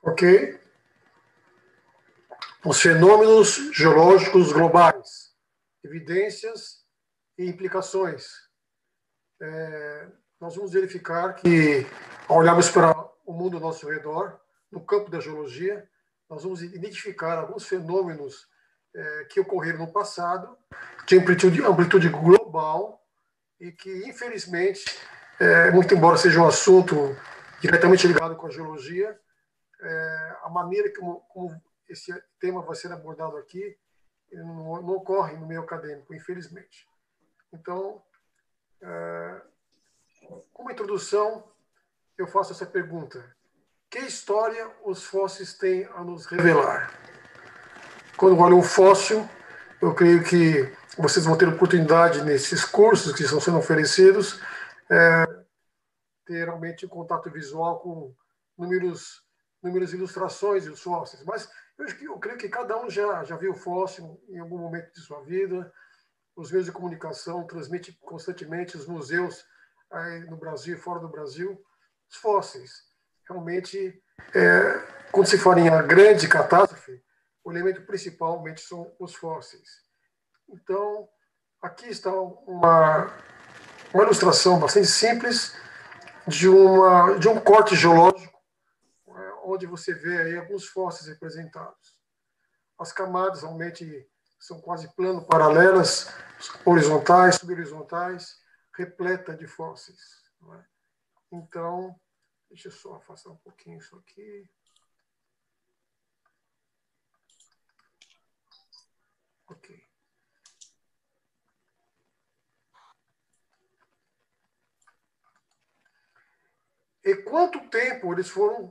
Ok? Os fenômenos geológicos globais, evidências e implicações. Nós vamos verificar que, ao olharmos para o mundo ao nosso redor, no campo da geologia, nós vamos identificar alguns fenômenos que ocorreram no passado, de amplitude global, e que, infelizmente, muito embora seja um assunto diretamente ligado com a geologia, a maneira como esse tema vai ser abordado aqui não ocorre no meio acadêmico, infelizmente. Então, como introdução, eu faço essa pergunta. Que história os fósseis têm a nos revelar? Quando olho um fóssil, eu creio que vocês vão ter oportunidade nesses cursos que estão sendo oferecidos, ter realmente um contato visual com números ilustrações dos fósseis. Mas eu creio que cada um já viu fóssil em algum momento de sua vida. Os meios de comunicação transmitem constantemente, os museus aí no Brasil e fora do Brasil, os fósseis. Realmente, quando se fala em uma grande catástrofe, o elemento principalmente são os fósseis. Então, aqui está uma ilustração bastante simples de um corte geológico, onde você vê aí alguns fósseis representados. As camadas realmente são quase plano paralelas, horizontais, subhorizontais, repleta de fósseis. Não é? Então, deixa eu só afastar um pouquinho isso aqui. Ok. Em quanto tempo eles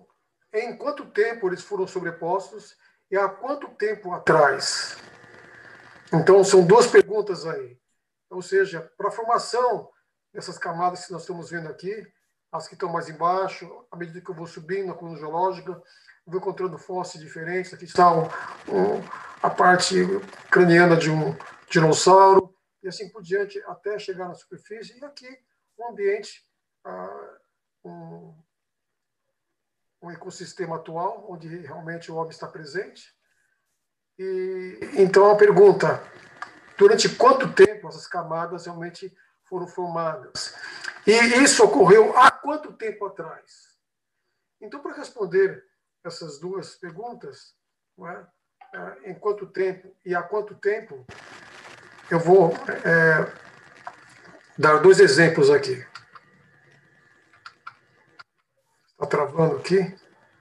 foram sobrepostos e há quanto tempo atrás? Então, são duas perguntas aí. Ou seja, para a formação dessas camadas que nós estamos vendo aqui, as que estão mais embaixo, à medida que eu vou subindo na coluna geológica, vou encontrando fósseis diferentes. Aqui está a parte craniana de um dinossauro, e assim por diante, até chegar na superfície. E aqui, um ambiente, um ecossistema atual, onde realmente o homem está presente. E então, a pergunta: durante quanto tempo essas camadas realmente foram formadas? E isso ocorreu há quanto tempo atrás? Então, para responder essas duas perguntas, não é? Em quanto tempo e há quanto tempo, eu vou dar dois exemplos aqui. Está travando aqui?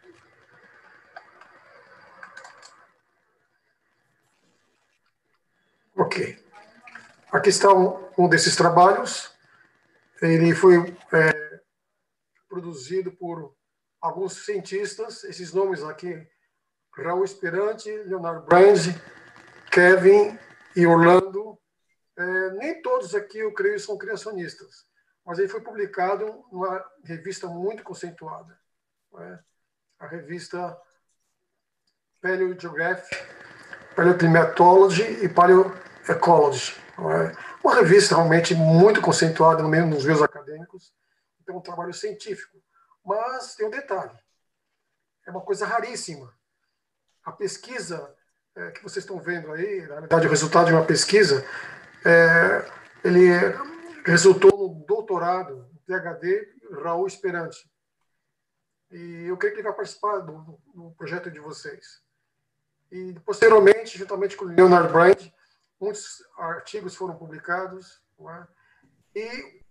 Ok. Aqui está um desses trabalhos. Ele foi produzido por alguns cientistas. Esses nomes aqui: Raul Esperante, Leonard Brand, Kevin e Orlando. Nem todos aqui, eu creio, são criacionistas, mas ele foi publicado numa revista muito conceituada, a revista Paleogeography, Paleoclimatology e Paleoecology. Uma revista realmente muito conceituada nos meios acadêmicos, então um trabalho científico. Mas tem um detalhe: é uma coisa raríssima. A pesquisa que vocês estão vendo aí, na verdade, o resultado de uma pesquisa, ele resultou no doutorado, PhD, Raul Esperante. E eu creio que ele vai participar do projeto de vocês. E, posteriormente, juntamente com o Leonard Brand, muitos artigos foram publicados. E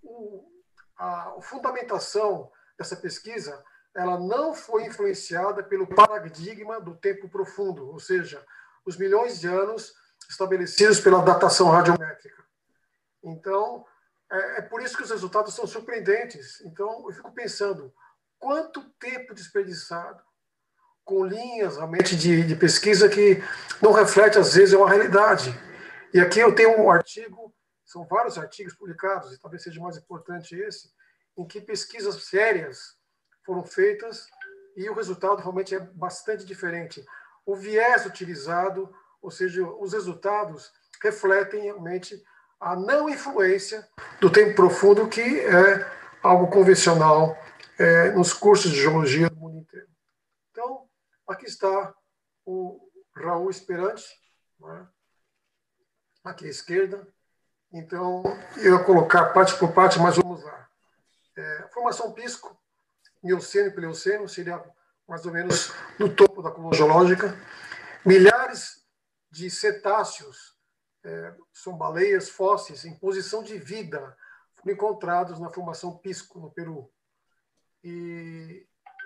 a fundamentação dessa pesquisa, ela não foi influenciada pelo paradigma do tempo profundo, ou seja, os milhões de anos estabelecidos pela datação radiométrica. Então, é por isso que os resultados são surpreendentes. Então, eu fico pensando, quanto tempo desperdiçado com linhas realmente de pesquisa que não reflete, às vezes, uma realidade. E aqui eu tenho um artigo, são vários artigos publicados, e talvez seja mais importante esse, em que pesquisas sérias foram feitas e o resultado realmente é bastante diferente. O viés utilizado, ou seja, os resultados refletem realmente a não influência do tempo profundo, que é algo convencional nos cursos de geologia do mundo inteiro. Então, Aqui está o Raul Esperante, né? Aqui à esquerda. Então, eu ia colocar parte por parte, mas vamos lá. Formação Pisco, Mioceno e Plioceno, seria mais ou menos no topo da coluna geológica. Milhares de cetáceos, são baleias fósseis em posição de vida, foram encontrados na Formação Pisco, no Peru. E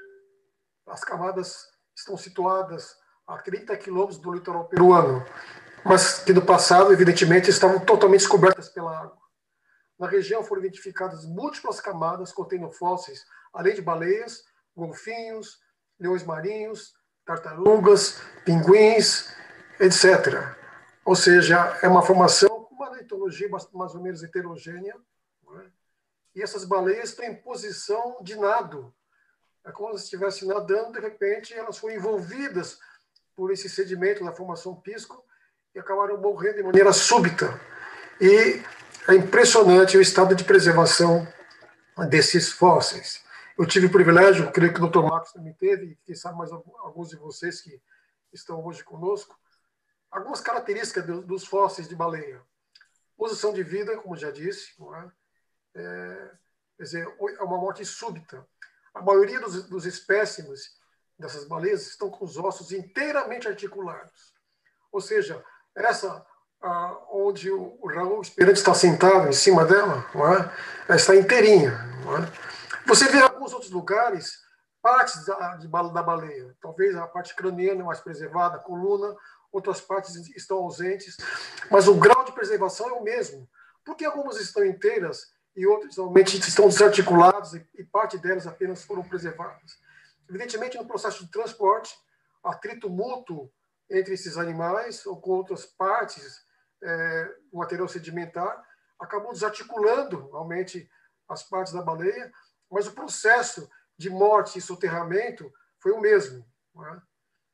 as camadas estão situadas a 30 quilômetros do litoral peruano, mas que no passado, evidentemente, estavam totalmente cobertas pela água. Na região foram identificadas múltiplas camadas contendo fósseis, além de baleias, golfinhos, leões marinhos, tartarugas, pinguins, etc. Ou seja, é uma formação com uma litologia mais ou menos heterogênea, né? E essas baleias estão em posição de nado. É como se estivessem nadando, de repente elas foram envolvidas por esse sedimento da Formação Pisco e acabaram morrendo de maneira súbita. E é impressionante o estado de preservação desses fósseis. Eu tive o privilégio, creio que o Dr. Marcos também teve, e quem sabe mais alguns de vocês que estão hoje conosco, algumas características dos fósseis de baleia. Posição de vida, como já disse, não é? Quer dizer, é uma morte súbita. A maioria dos espécimes dessas baleias estão com os ossos inteiramente articulados. Ou seja, essa onde o Raul Esperante está sentado em cima dela, não é? Ela está inteirinha. Não é? Você vê em alguns outros lugares partes da baleia. Talvez a parte craniana mais preservada, a coluna, outras partes estão ausentes, mas o grau de preservação é o mesmo. Porque algumas estão inteiras e outras realmente estão desarticuladas e parte delas apenas foram preservadas. Evidentemente, no processo de transporte, atrito mútuo entre esses animais ou com outras partes do material sedimentar acabou desarticulando realmente as partes da baleia, mas o processo de morte e soterramento foi o mesmo. Não é?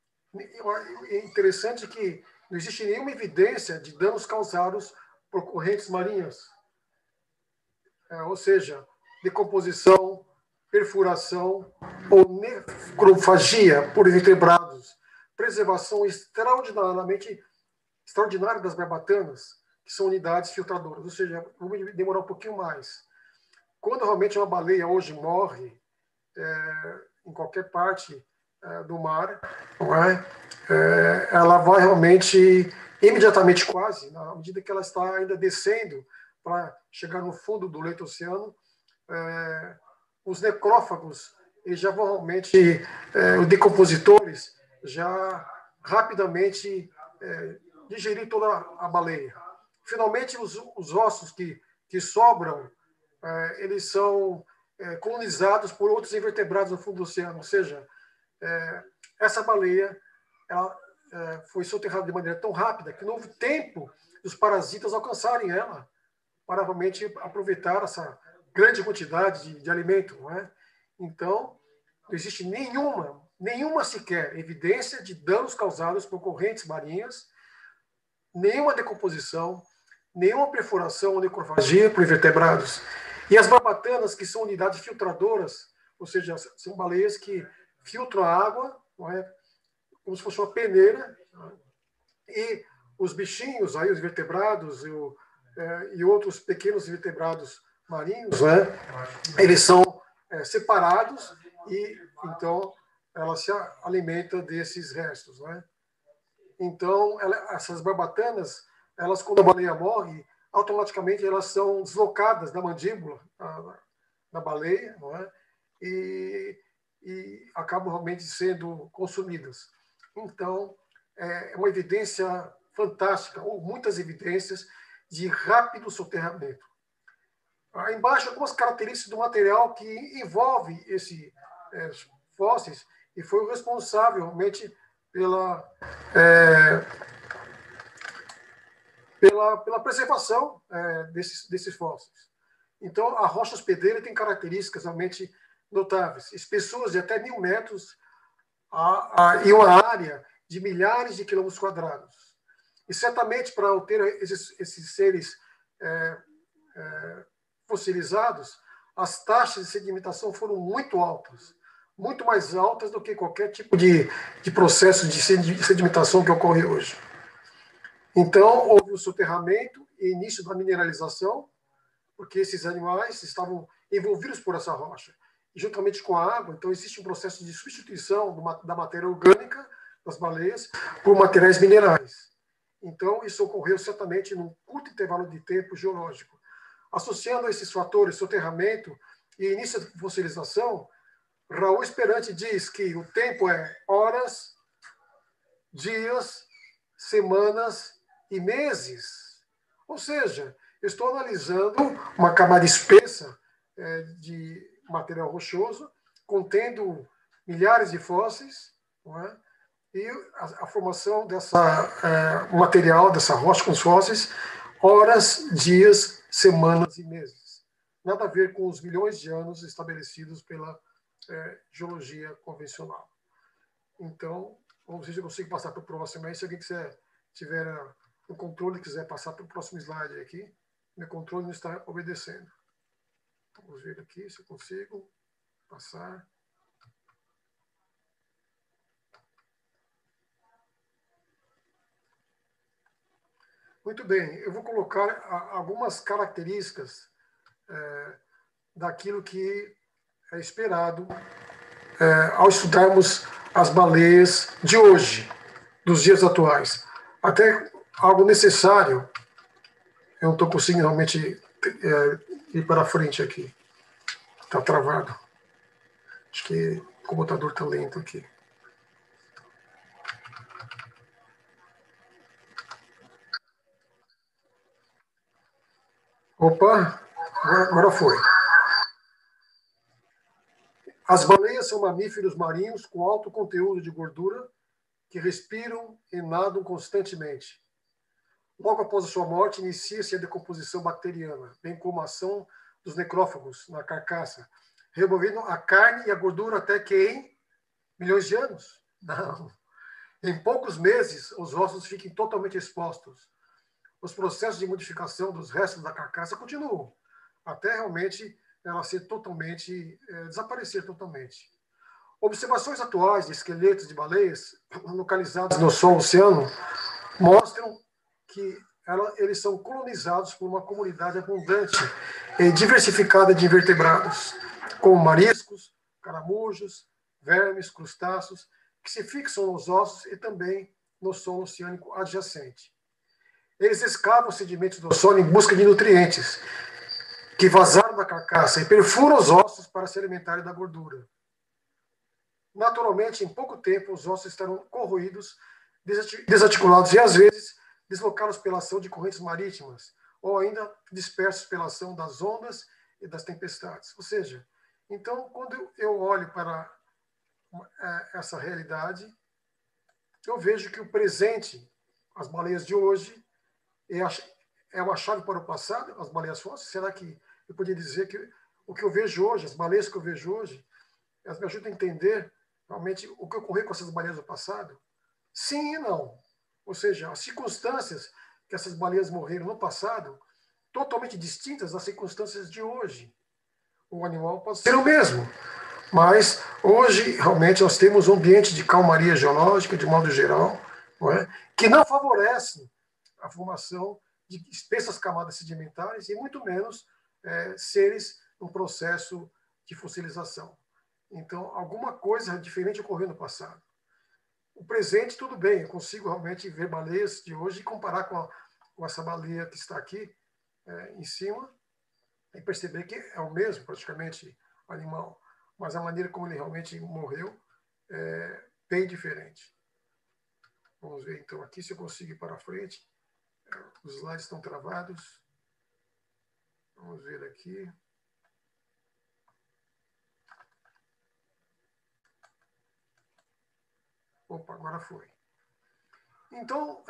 É interessante que não existe nenhuma evidência de danos causados por correntes marinhas. Ou seja, decomposição, perfuração ou necrofagia por invertebrados, preservação extraordinária das barbatanas, que são unidades filtradoras. Ou seja, vamos demorar um pouquinho mais. Quando realmente uma baleia hoje morre em qualquer parte do mar, não é? Ela vai realmente, imediatamente quase, na medida que ela está ainda descendo para chegar no fundo do leito oceano, os necrófagos eles já vão realmente, os decompositores já rapidamente digerir toda a baleia. Finalmente, os ossos que sobram, eles são colonizados por outros invertebrados no fundo do oceano. Ou seja, essa baleia ela, foi soterrada de maneira tão rápida que não houve tempo dos parasitas alcançarem ela para realmente aproveitar essa grande quantidade de alimento. Não é? Então, não existe nenhuma sequer evidência de danos causados por correntes marinhas, nenhuma decomposição, nenhuma perfuração ou necrofagia por invertebrados. E as barbatanas, que são unidades filtradoras, ou seja, são baleias que filtram a água, não é? Como se fosse uma peneira, e os bichinhos, aí, os vertebrados e outros pequenos vertebrados marinhos, né? Eles são separados e, então, ela se alimenta desses restos. Né? Então, essas barbatanas, elas, quando a baleia morre, automaticamente elas são deslocadas da mandíbula da baleia, não é? E acabam realmente sendo consumidas. Então, é uma evidência fantástica, ou muitas evidências, de rápido soterramento. Aí embaixo, algumas características do material que envolve esses fósseis e foi o responsável realmente pela preservação desses fósseis. Então, a rocha hospedeira tem características realmente notáveis. Espessuras de até 1.000 metros e uma área de milhares de quilômetros quadrados. E certamente, para obter esses seres fossilizados, as taxas de sedimentação foram muito altas. muito mais altas do que qualquer tipo de processo de sedimentação que ocorre hoje. Então, houve o soterramento e início da mineralização, porque esses animais estavam envolvidos por essa rocha. E juntamente com a água, então existe um processo de substituição da matéria orgânica das baleias por materiais minerais. Então, isso ocorreu certamente num curto intervalo de tempo geológico. Associando a esses fatores, soterramento e início da fossilização, Raul Esperante diz que o tempo é horas, dias, semanas e meses. Ou seja, eu estou analisando uma camada espessa de material rochoso, contendo milhares de fósseis, não é? E a formação dessa material, dessa rocha com os fósseis, horas, dias, semanas e meses. Nada a ver com os milhões de anos estabelecidos pela geologia convencional. Então, vamos ver se eu consigo passar para o próximo aí. Se alguém tiver o controle, quiser passar para o próximo slide aqui, meu controle não está obedecendo. Vamos ver aqui se eu consigo passar. Muito bem, eu vou colocar algumas características daquilo que é esperado ao estudarmos as baleias de hoje, dos dias atuais. Até algo necessário, eu não estou conseguindo realmente ir para frente aqui. Está travado. Acho que o computador está lento aqui. Opa, agora foi. As baleias são mamíferos marinhos com alto conteúdo de gordura que respiram e nadam constantemente. Logo após a sua morte, inicia-se a decomposição bacteriana, bem como a ação dos necrófagos na carcaça, removendo a carne e a gordura até que em milhões de anos. Não. Em poucos meses, os ossos fiquem totalmente expostos. Os processos de modificação dos restos da carcaça continuam, até realmente ela ser totalmente, desaparecer totalmente. Observações atuais de esqueletos de baleias localizados no solo oceano mostram que eles são colonizados por uma comunidade abundante e diversificada de invertebrados, como mariscos, caramujos, vermes, crustáceos, que se fixam nos ossos e também no solo oceânico adjacente. Eles escavam os sedimentos do solo em busca de nutrientes que vazaram da carcaça e perfuram os ossos para se alimentarem da gordura. Naturalmente, em pouco tempo, os ossos estarão corroídos, desarticulados e, às vezes, deslocados pela ação de correntes marítimas ou ainda dispersos pela ação das ondas e das tempestades. Ou seja, então, quando eu olho para essa realidade, eu vejo que o presente, as baleias de hoje, é uma chave para o passado, as baleias fósseis. Será que eu poderia dizer que o que eu vejo hoje, as baleias que eu vejo hoje, elas me ajudam a entender realmente o que ocorreu com essas baleias do passado? Sim e não. Ou seja, as circunstâncias que essas baleias morreram no passado, totalmente distintas das circunstâncias de hoje. O animal pode ser o mesmo, mas hoje realmente nós temos um ambiente de calmaria geológica, de modo geral, não é? Que não favorece a formação de espessas camadas sedimentares e muito menos seres no processo de fossilização. Então, alguma coisa diferente ocorreu no passado. O presente, tudo bem, eu consigo realmente ver baleias de hoje e comparar com essa baleia que está aqui em cima e perceber que é o mesmo, praticamente, animal. Mas a maneira como ele realmente morreu é bem diferente. Vamos ver, então, aqui se eu consigo ir para frente. Os slides estão travados. Vamos ver aqui. Opa, agora foi. Então,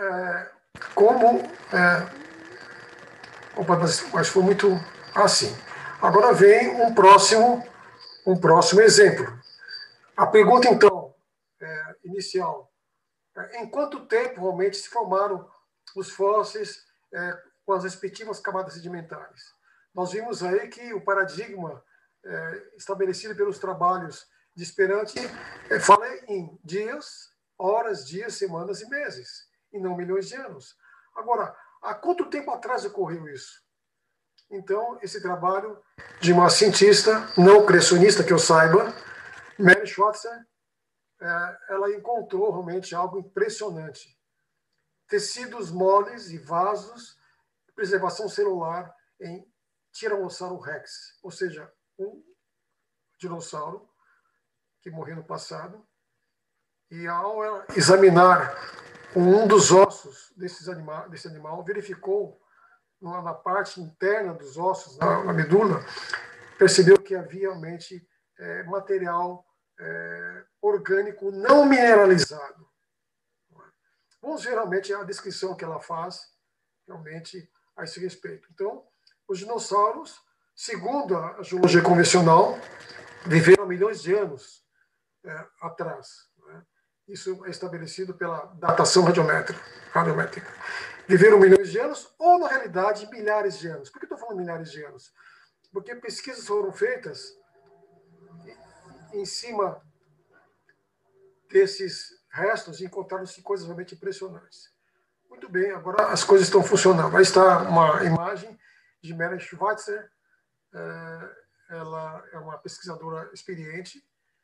opa, mas foi muito assim. Agora vem um próximo exemplo. A pergunta, então, inicial. Em quanto tempo realmente se formaram os fósseis com as respectivas camadas sedimentares? Nós vimos aí que o paradigma estabelecido pelos trabalhos de esperante fala em dias, horas, dias, semanas e meses, e não milhões de anos. Agora, há quanto tempo atrás ocorreu isso? Então, esse trabalho de uma cientista não criacionista, que eu saiba, Mary Schweitzer, ela encontrou realmente algo impressionante. Tecidos moles e vasos, preservação celular em Tiranossauro Rex, ou seja, um dinossauro que morreu no passado. E ao examinar um dos ossos desse animal, verificou na parte interna dos ossos, na medula, percebeu que havia realmente material orgânico não mineralizado. Vamos ver realmente a descrição que ela faz realmente a esse respeito. Então, os dinossauros, segundo a geologia convencional, viveram milhões de anos atrás. Né? Isso é estabelecido pela datação radiométrica. Viveram milhões de anos ou, na realidade, milhares de anos. Por que estou falando milhares de anos? Porque pesquisas foram feitas em cima desses restos e encontraram-se coisas realmente impressionantes. Muito bem, agora as coisas estão funcionando. Aí está uma imagem de Mary Schweitzer. Ela é uma pesquisadora experiente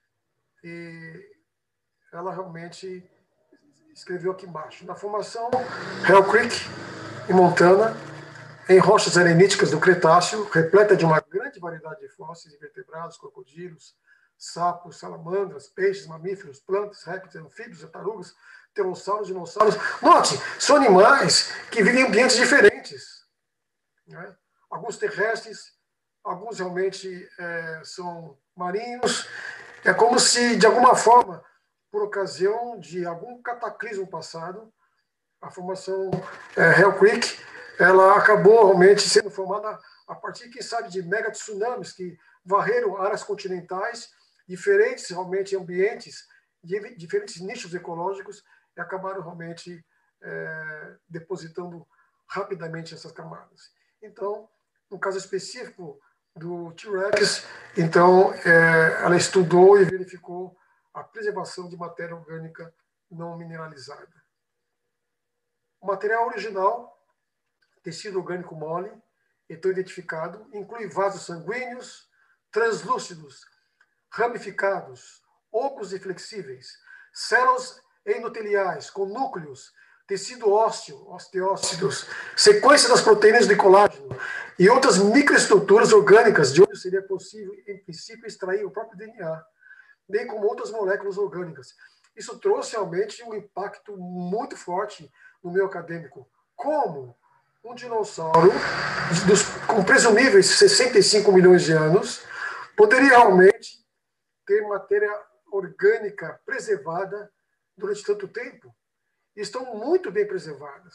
e ela realmente escreveu aqui embaixo. Na formação Hell Creek, em Montana, em rochas areníticas do Cretáceo, repleta de uma grande variedade de fósseis, invertebrados, crocodilos, sapos, salamandras, peixes, mamíferos, plantas, répteis, anfíbios, tartarugas, pterossauros, dinossauros. Note, são animais que vivem em ambientes diferentes. Né? Alguns terrestres, alguns realmente são marinhos. É como se, de alguma forma, por ocasião de algum cataclismo passado, a formação Hell Creek, ela acabou realmente sendo formada a partir, quem sabe, de mega tsunamis que varreram áreas continentais, diferentes realmente ambientes, diferentes nichos ecológicos, e acabaram realmente depositando rapidamente essas camadas. Então, no caso específico do T-Rex, então, ela estudou e verificou a preservação de matéria orgânica não mineralizada. O material original, tecido orgânico mole, então identificado, inclui vasos sanguíneos, translúcidos, ramificados, ocos e flexíveis, células endoteliais com núcleos, tecido ósseo, osteócitos, sequência das proteínas de colágeno e outras microestruturas orgânicas de onde seria possível, em princípio, extrair o próprio DNA, bem como outras moléculas orgânicas. Isso trouxe realmente um impacto muito forte no meio acadêmico. Como um dinossauro com presumíveis 65 milhões de anos poderia realmente ter matéria orgânica preservada durante tanto tempo? E estão muito bem preservadas.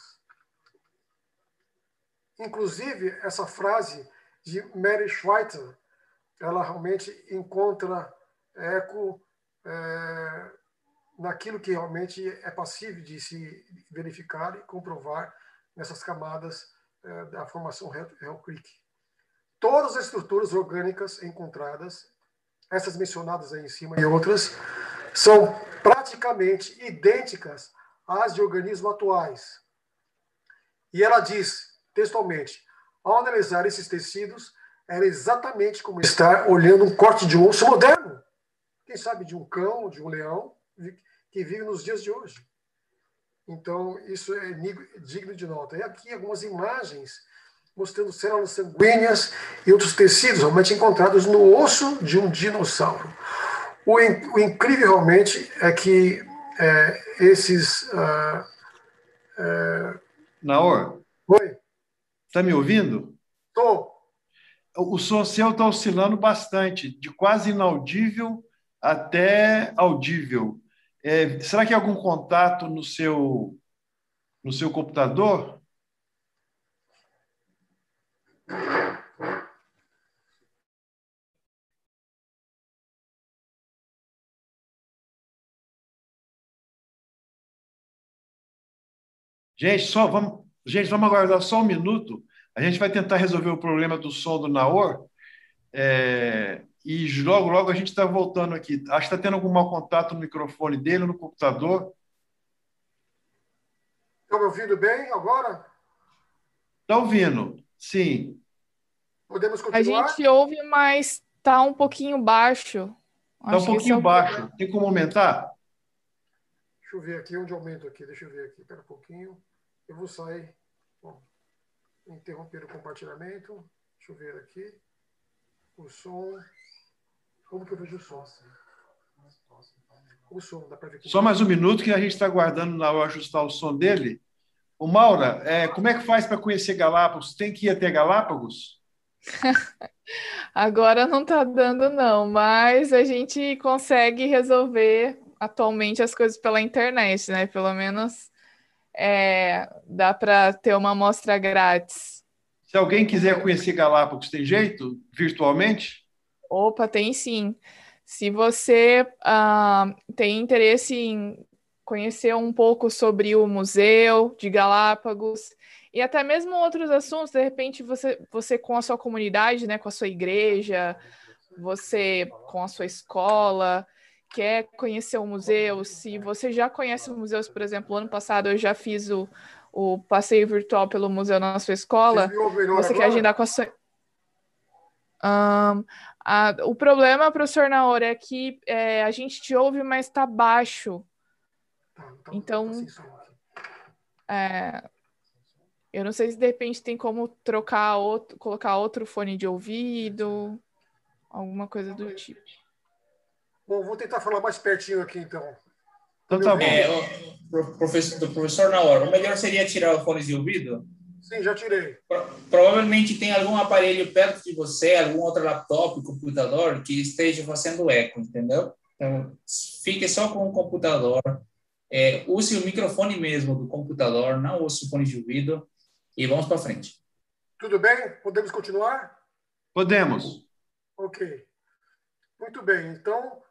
Inclusive, essa frase de Mary Schweitzer, ela realmente encontra eco naquilo que realmente é passível de se verificar e comprovar nessas camadas da formação Hell Creek. Todas as estruturas orgânicas encontradas, essas mencionadas aí em cima e outras, são praticamente idênticas às de organismos atuais. E ela diz, textualmente, ao analisar esses tecidos, era exatamente como estar olhando um corte de osso moderno. Quem sabe de um cão, de um leão, que vive nos dias de hoje. Então, isso é digno de nota. E aqui algumas imagens mostrando células sanguíneas e outros tecidos realmente encontrados no osso de um dinossauro. O incrível realmente é que esses... Naor, Oi? está me ouvindo? Estou. O som seu está oscilando bastante, de quase inaudível até audível. Será que há algum contato no seu computador? Gente, vamos aguardar só um minuto. A gente vai tentar resolver o problema do som do Naor. e logo, logo a gente está voltando aqui. Acho que está tendo algum mau contato no microfone dele, no computador. Estão me ouvindo bem agora? Está ouvindo? Sim. Podemos A continuar? gente ouve, mas tá um pouquinho baixo. Está um Acho que esse é pouquinho o baixo. problema. Tem como aumentar? Deixa eu ver aqui onde aumento aqui. Deixa eu ver aqui. Espera um pouquinho. Eu vou sair. Bom, interromper o compartilhamento. Deixa eu ver aqui. O som. Como que eu vejo o som? O som, dá para ver aqui Só mais embaixo? um minuto que a gente está aguardando na hora ajustar o som dele. Ô, Maura, como é que faz para conhecer Galápagos? Tem que ir até Galápagos? Agora não tá dando, não, mas a gente consegue resolver atualmente as coisas pela internet, né? Pelo menos dá para ter uma amostra grátis. Se alguém quiser conhecer Galápagos, tem jeito? Virtualmente? Opa, tem sim. Se você tem interesse em conhecer um pouco sobre o Museu de Galápagos e até mesmo outros assuntos, de repente você com a sua comunidade, né, com a sua igreja, você com a sua escola, quer conhecer o museu, se você já conhece os museus, por exemplo, ano passado eu já fiz o passeio virtual pelo museu na sua Vocês escola, me ouvem melhor você quer agora? agendar com a sua. O problema, professor Naor, é que a gente te ouve, mas está baixo. Tá sem Então, som aqui. eu não sei se de repente tem como colocar outro fone de ouvido, alguma coisa do tipo. Bom, vou tentar falar mais pertinho aqui, então. Tá Então me tá ouvindo? bom. Professor Naor, o melhor seria tirar o fone de ouvido? Sim, já tirei. Provavelmente tem algum aparelho perto de você, algum outro laptop, computador, que esteja fazendo eco, entendeu? Então, fique só com o computador. Use o microfone mesmo do computador, não use o fone de ouvido, e vamos para frente. Tudo bem? Podemos continuar? Podemos. Ok. Muito bem. Então,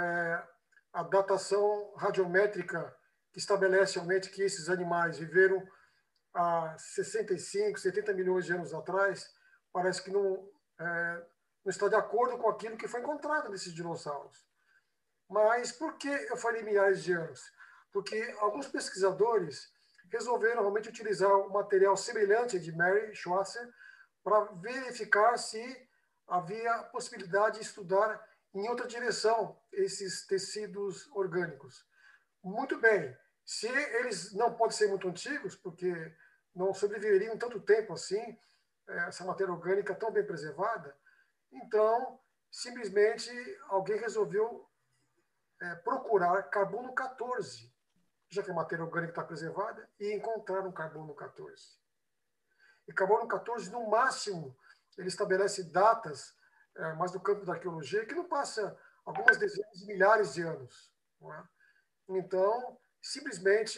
a datação radiométrica que estabelece realmente que esses animais viveram há 65, 70 milhões de anos atrás, parece que não está de acordo com aquilo que foi encontrado nesses dinossauros. Mas por que eu falei milhares de anos? Porque alguns pesquisadores resolveram realmente utilizar um material semelhante de Mary Schwarzer para verificar se havia possibilidade de estudar em outra direção esses tecidos orgânicos. Muito bem, se eles não podem ser muito antigos, porque não sobreviveriam tanto tempo assim, essa matéria orgânica tão bem preservada, então simplesmente alguém resolveu procurar carbono 14, já que a matéria orgânica está preservada, e encontrar um carbono 14. E carbono 14, no máximo, ele estabelece datas, mas no campo da arqueologia, que não passa algumas dezenas de milhares de anos. Não é? Então, simplesmente,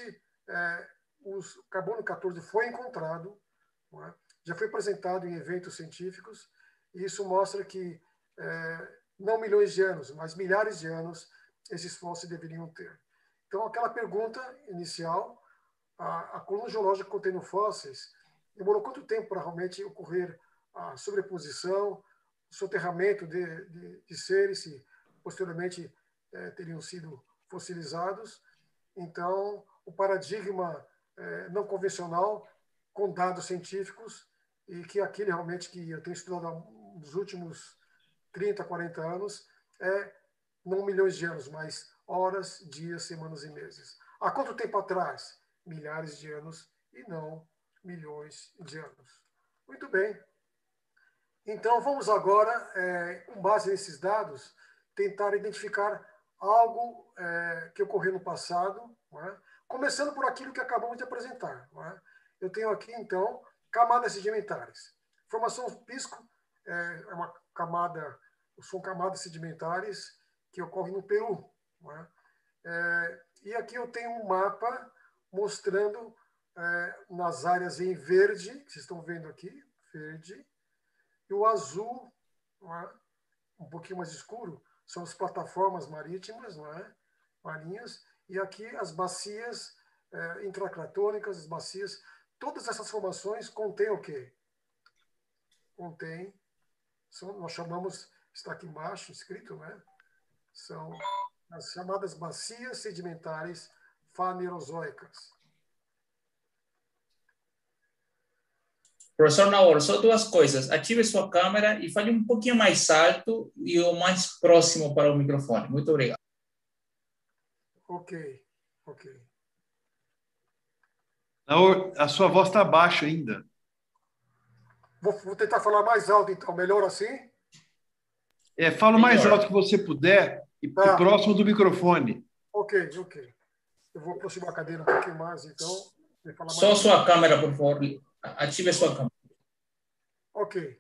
o carbono 14 foi encontrado, não é? Já foi apresentado em eventos científicos, e isso mostra que não milhões de anos, mas milhares de anos esses fósseis deveriam ter. Então, aquela pergunta inicial, a coluna geológica contendo fósseis, demorou quanto tempo para realmente ocorrer a sobreposição, o soterramento de seres que posteriormente teriam sido fossilizados? Então, o paradigma não convencional, com dados científicos, e que aquele realmente que eu tenho estudado nos últimos 30, 40 anos, não milhões de anos, mas horas, dias, semanas e meses. Há quanto tempo atrás? Milhares de anos e não milhões de anos. Muito bem. Então, vamos agora, com base nesses dados, tentar identificar algo que ocorreu no passado, não é? Começando por aquilo que acabamos de apresentar. Não é? Eu tenho aqui, então, camadas sedimentares. Formação pisco uma camada, são camadas sedimentares que ocorrem no Peru. Não é? E aqui eu tenho um mapa mostrando nas áreas em verde, que vocês estão vendo aqui, verde, e o azul, não é? Um pouquinho mais escuro, são as plataformas marítimas, não é? Marinhas, e aqui as bacias intracratônicas, as bacias. Todas essas formações contêm o quê? Contém, nós chamamos está aqui embaixo, escrito, né? São as chamadas bacias sedimentares fanerozoicas. Professor Naor, só duas coisas. Ative sua câmera e fale um pouquinho mais alto e o mais próximo para o microfone. Muito obrigado. Ok, ok. A sua voz está baixa ainda. Vou tentar falar mais alto, então. Melhor assim? Fala o mais Melhor. alto que você puder e Tá. próximo do microfone. Ok, ok. Eu vou aproximar a cadeira um pouquinho mais, então. Vou falar Só mais sua câmera, por favor. Ative a sua câmera. Ok.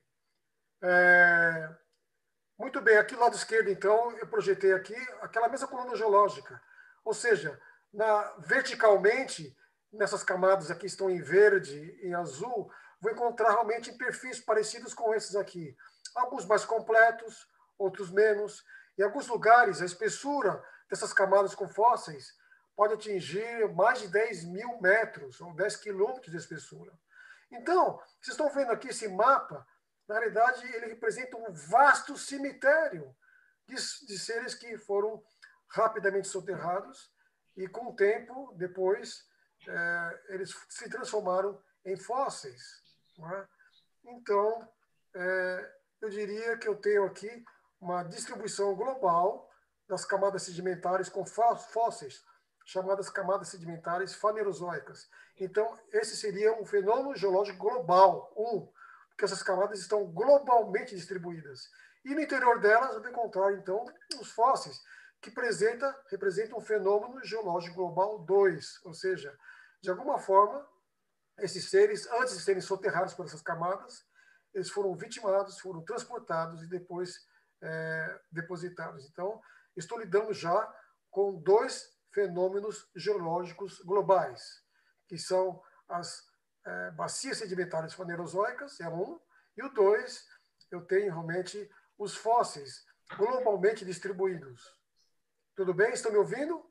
Muito bem, aqui do lado esquerdo, então, eu projetei aqui aquela mesma coluna geológica. Ou seja, verticalmente, nessas camadas aqui estão em verde, em azul, vou encontrar realmente perfis parecidos com esses aqui. Alguns mais completos, outros menos. Em alguns lugares, a espessura dessas camadas com fósseis pode atingir mais de 10 mil metros, ou 10 quilômetros de espessura. Então, vocês estão vendo aqui esse mapa. Na realidade, ele representa um vasto cemitério de seres que foram rapidamente soterrados e, com o tempo, depois, eles se transformaram em fósseis. Não é? Então, eu diria que eu tenho aqui uma distribuição global das camadas sedimentares com fósseis, chamadas camadas sedimentares fanerozoicas. Então, esse seria um fenômeno geológico global, porque essas camadas estão globalmente distribuídas. E no interior delas, eu vou encontrar, então, os fósseis, que representam um fenômeno geológico global 2, ou seja, de alguma forma, esses seres, antes de serem soterrados por essas camadas, eles foram vitimados, foram transportados e depois depositados. Então, estou lidando já com dois fenômenos geológicos globais, que são as bacias sedimentares fanerozoicas, é um, e o dois, eu tenho realmente os fósseis globalmente distribuídos. Tudo bem? Estão me ouvindo?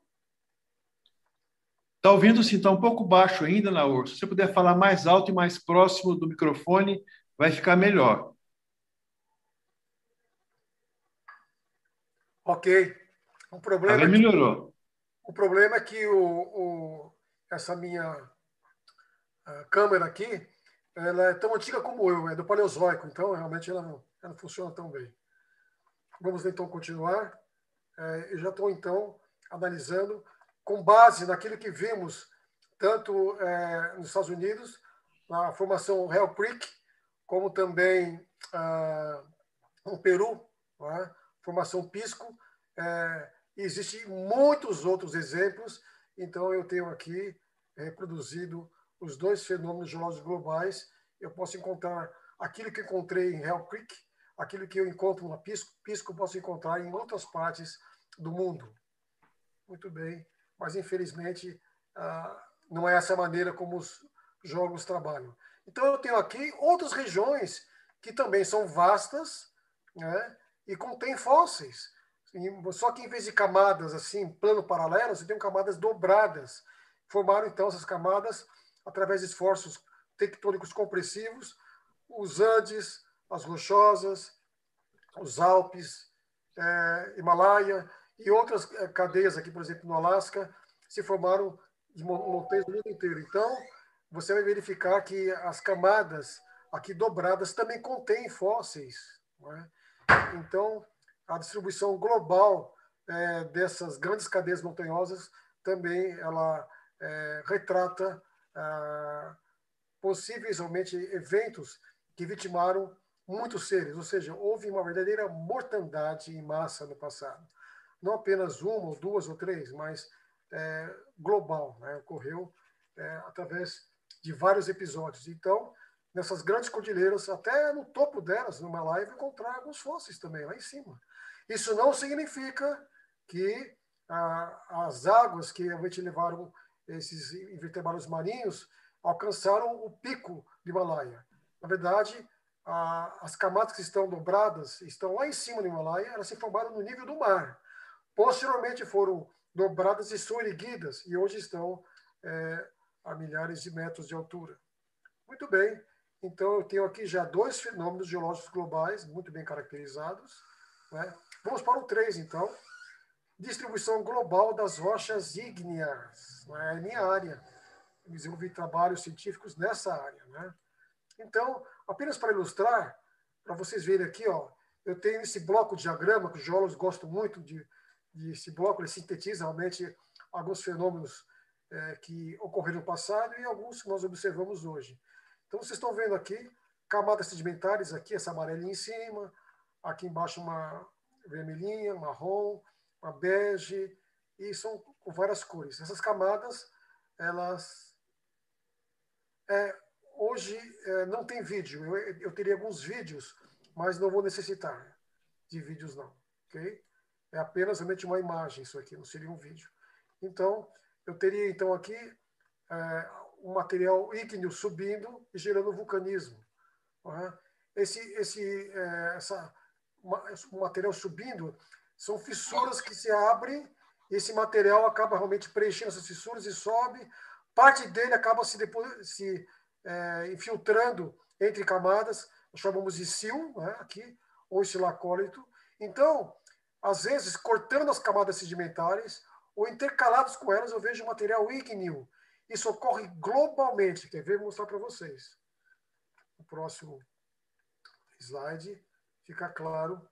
Está ouvindo sim, está um pouco baixo ainda, Naor. Se você puder falar mais alto e mais próximo do microfone, vai ficar melhor. Ok. Agora melhorou. O problema é que essa minha câmera aqui, ela é tão antiga como eu, é do Paleozoico, então realmente ela não funciona tão bem. Vamos então continuar. Eu já estou então analisando com base naquilo que vimos tanto nos Estados Unidos, na formação Hell Creek, como também no Peru, formação Pisco. Existem muitos outros exemplos, então eu tenho aqui reproduzido os dois fenômenos geológicos globais. Eu posso encontrar aquilo que encontrei em Hell Creek, aquilo que eu encontro na Pisco eu posso encontrar em outras partes do mundo. Muito bem, mas infelizmente não é essa maneira como os geólogos trabalham. Então eu tenho aqui outras regiões que também são vastas, né, e contêm fósseis. Só que em vez de camadas assim, plano paralelo, você tem camadas dobradas. Formaram então essas camadas através de esforços tectônicos compressivos, os Andes, as Rochosas, os Alpes, Himalaia e outras cadeias aqui, por exemplo, no Alasca, se formaram de montanhas do mundo inteiro. Então, você vai verificar que as camadas aqui dobradas também contêm fósseis. Não é? Então, a distribuição global dessas grandes cadeias montanhosas também ela retrata possíveis realmente eventos que vitimaram muitos seres, ou seja, houve uma verdadeira mortandade em massa no passado. Não apenas uma, ou duas, ou três, mas global, né? Ocorreu através de vários episódios. Então, nessas grandes cordilheiras, até no topo delas, no Himalaia, vai encontrar alguns fósseis também, lá em cima. Isso não significa que as águas que realmente levaram esses invertebrados marinhos alcançaram o pico do Himalaia. Na verdade, as camadas que estão dobradas estão lá em cima do Himalaia, elas se formaram no nível do mar. Posteriormente foram dobradas e soerguidas, e hoje estão a milhares de metros de altura. Muito bem, então eu tenho aqui já dois fenômenos geológicos globais muito bem caracterizados. né? Vamos para o 3, então. Distribuição global das rochas ígneas. Né? É a minha área. Eu desenvolvi trabalhos científicos nessa área, né? Então, apenas para ilustrar, para vocês verem aqui, ó, eu tenho esse bloco de diagrama, que os geólogos gostam muito desse bloco, ele sintetiza realmente alguns fenômenos que ocorreram no passado e alguns que nós observamos hoje. Então, vocês estão vendo aqui camadas sedimentares, aqui essa amarelinha em cima, aqui embaixo uma vermelhinha, marrom, uma bege, e são com várias cores. Essas camadas, elas... hoje não tem vídeo. Eu teria alguns vídeos, mas não vou necessitar de vídeos não, ok? É apenas realmente uma imagem isso aqui, não seria um vídeo. Então, eu teria então aqui um material ígneo subindo e gerando vulcanismo. Né? O material subindo são fissuras que se abrem e esse material acaba realmente preenchendo essas fissuras e sobe. Parte dele acaba se infiltrando entre camadas, nós chamamos de sil, né, aqui, ou estilacólito. Então, às vezes, cortando as camadas sedimentares ou intercalados com elas, eu vejo material ígneo. Isso ocorre globalmente. Quer ver? Vou mostrar para vocês. No próximo slide, fica claro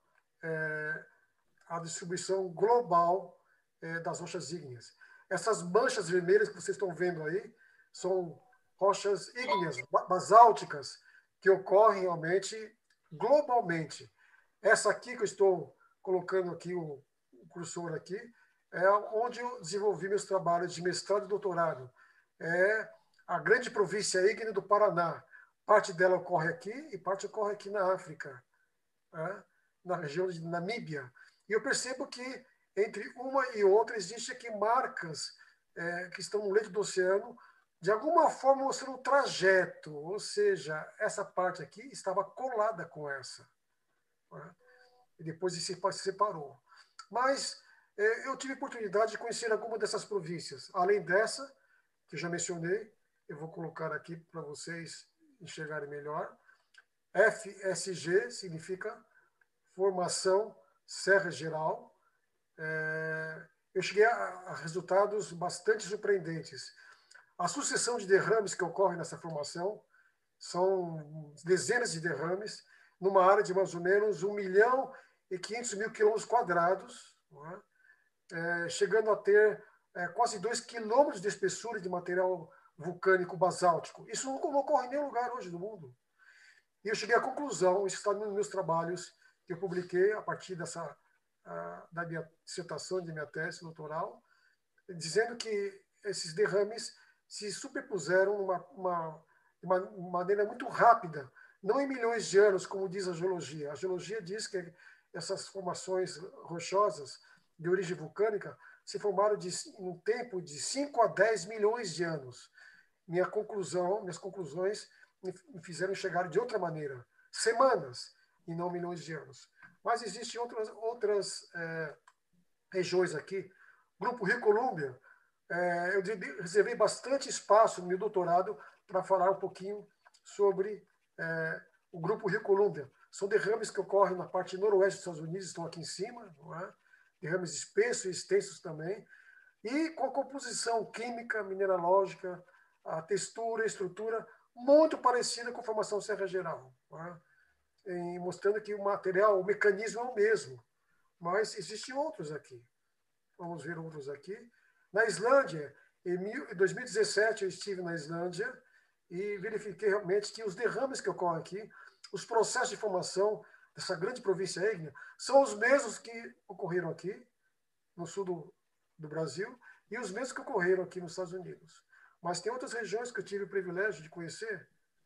a distribuição global das rochas ígneas. Essas manchas vermelhas que vocês estão vendo aí são rochas ígneas, basálticas, que ocorrem realmente globalmente. Essa aqui que eu estou colocando aqui, o cursor aqui, é onde eu desenvolvi meus trabalhos de mestrado e doutorado. É a grande província ígnea do Paraná. Parte dela ocorre aqui e parte ocorre aqui na África, né? Na região de Namíbia. E eu percebo que entre uma e outra existem aqui marcas que estão no leito do oceano, de alguma forma mostrando um trajeto, ou seja, essa parte aqui estava colada com essa. Né? E depois se separou. Mas eu tive oportunidade de conhecer alguma dessas províncias. Além dessa, que eu já mencionei, eu vou colocar aqui para vocês enxergarem melhor. FSG significa Formação Serra Geral. Eu cheguei a resultados bastante surpreendentes. A sucessão de derrames que ocorre nessa formação são dezenas de derrames, numa área de mais ou menos 1.500.000 quilômetros quadrados, chegando a ter quase 2 quilômetros de espessura de material vulcânico basáltico. Isso não ocorre em nenhum lugar hoje do mundo. E eu cheguei à conclusão, isso está nos meus trabalhos que eu publiquei a partir da minha dissertação, de minha tese doutoral, dizendo que esses derrames se superpuseram de uma maneira muito rápida, não em milhões de anos, como diz a geologia. A geologia diz que essas formações rochosas de origem vulcânica se formaram em um tempo de 5 a 10 milhões de anos. Minhas conclusões me fizeram chegar de outra maneira, semanas e não milhões de anos. Mas existem outras regiões aqui. Grupo Rio Colômbia, eu reservei bastante espaço no meu doutorado para falar um pouquinho sobre o Grupo Rio Colômbia. São derrames que ocorrem na parte noroeste dos Estados Unidos, estão aqui em cima, não é? Derrames espessos e extensos também, e com a composição química, mineralógica, a textura, a estrutura, muito parecida com a formação Serra Geral, não é? Mostrando que o material, o mecanismo é o mesmo, mas existem outros aqui. Vamos ver outros aqui. Na Islândia, em 2017, eu estive na Islândia e verifiquei realmente que os derrames que ocorrem aqui, os processos de formação dessa grande província ígnea, são os mesmos que ocorreram aqui, no sul do Brasil, e os mesmos que ocorreram aqui nos Estados Unidos. Mas tem outras regiões que eu tive o privilégio de conhecer.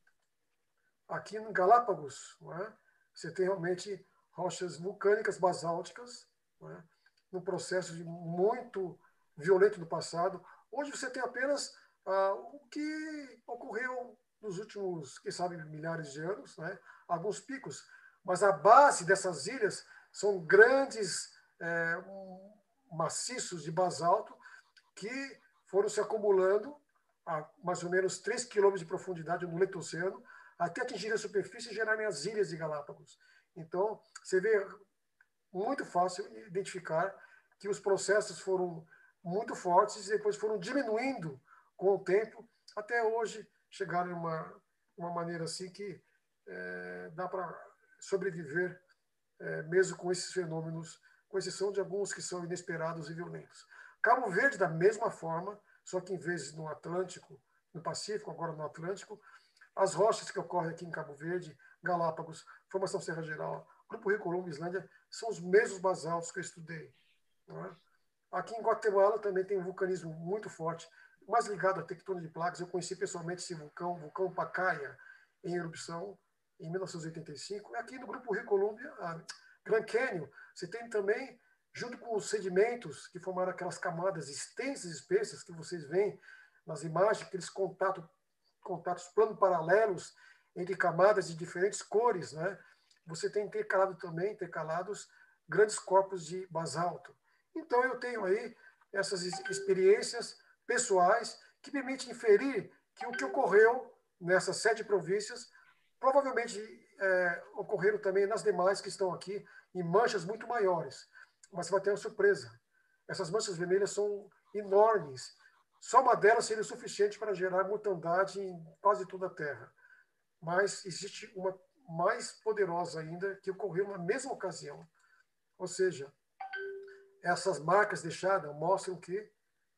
Aqui em Galápagos, não é? Você tem realmente rochas vulcânicas basálticas, não é? Num processo muito violento do passado. Hoje você tem apenas o que ocorreu nos últimos, quem sabe, milhares de anos, né? Alguns picos. Mas a base dessas ilhas são grandes maciços de basalto que foram se acumulando a mais ou menos 3 quilômetros de profundidade no leito do oceano, até atingir a superfície e gerarem as ilhas de Galápagos. Então, você vê muito fácil identificar que os processos foram muito fortes e depois foram diminuindo com o tempo, até hoje chegaram em uma maneira assim que dá para sobreviver mesmo com esses fenômenos, com exceção de alguns que são inesperados e violentos. Cabo Verde, da mesma forma, só que em vez no Atlântico, no Pacífico, agora no Atlântico, as rochas que ocorrem aqui em Cabo Verde, Galápagos, Formação Serra Geral, Grupo Rio Colômbia, Islândia, são os mesmos basaltos que eu estudei. Não é? Aqui em Guatemala também tem um vulcanismo muito forte, mais ligado à tectônica de placas. Eu conheci pessoalmente esse vulcão, o vulcão Pacaya, em erupção, em 1985. E aqui no Grupo Rio Colômbia, Grand Canyon, você tem também, junto com os sedimentos que formaram aquelas camadas extensas e espessas que vocês veem nas imagens, aqueles contatos plano-paralelos entre camadas de diferentes cores, né? Você tem intercalados grandes corpos de basalto. Então, eu tenho aí essas experiências pessoais que permitem inferir que o que ocorreu nessas 7 províncias provavelmente ocorreram também nas demais que estão aqui em manchas muito maiores. Mas você vai ter uma surpresa. Essas manchas vermelhas são enormes. Só uma delas seria suficiente para gerar mortandade em quase toda a Terra. Mas existe uma mais poderosa ainda que ocorreu na mesma ocasião. Ou seja, essas marcas deixadas mostram que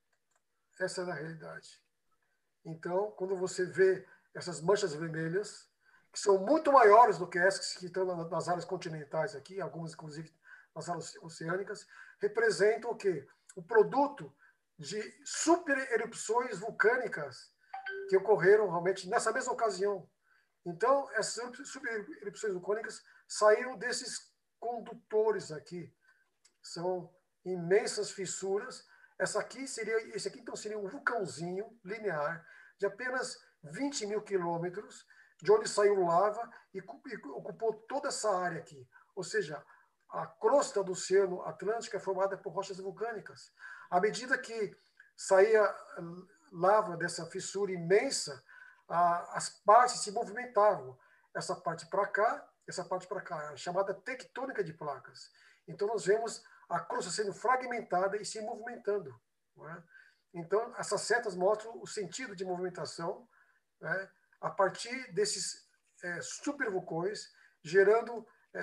essa é a realidade. Então, quando você vê essas manchas vermelhas, que são muito maiores do que essas que estão nas áreas continentais aqui, algumas inclusive nas áreas oceânicas, representam o quê? O produto de supererupções vulcânicas que ocorreram realmente nessa mesma ocasião. Então, essas supererupções vulcânicas saíram desses condutores aqui. São imensas fissuras. Esse aqui então seria um vulcãozinho linear de apenas 20 mil quilômetros, de onde saiu lava e ocupou toda essa área aqui. Ou seja, a crosta do Oceano Atlântico é formada por rochas vulcânicas. À medida que saía lava dessa fissura imensa, as partes se movimentavam. Essa parte para cá, chamada tectônica de placas. Então, nós vemos a crosta sendo fragmentada e se movimentando. Não é? Então, essas setas mostram o sentido de movimentação, né, a partir desses supervulcões, gerando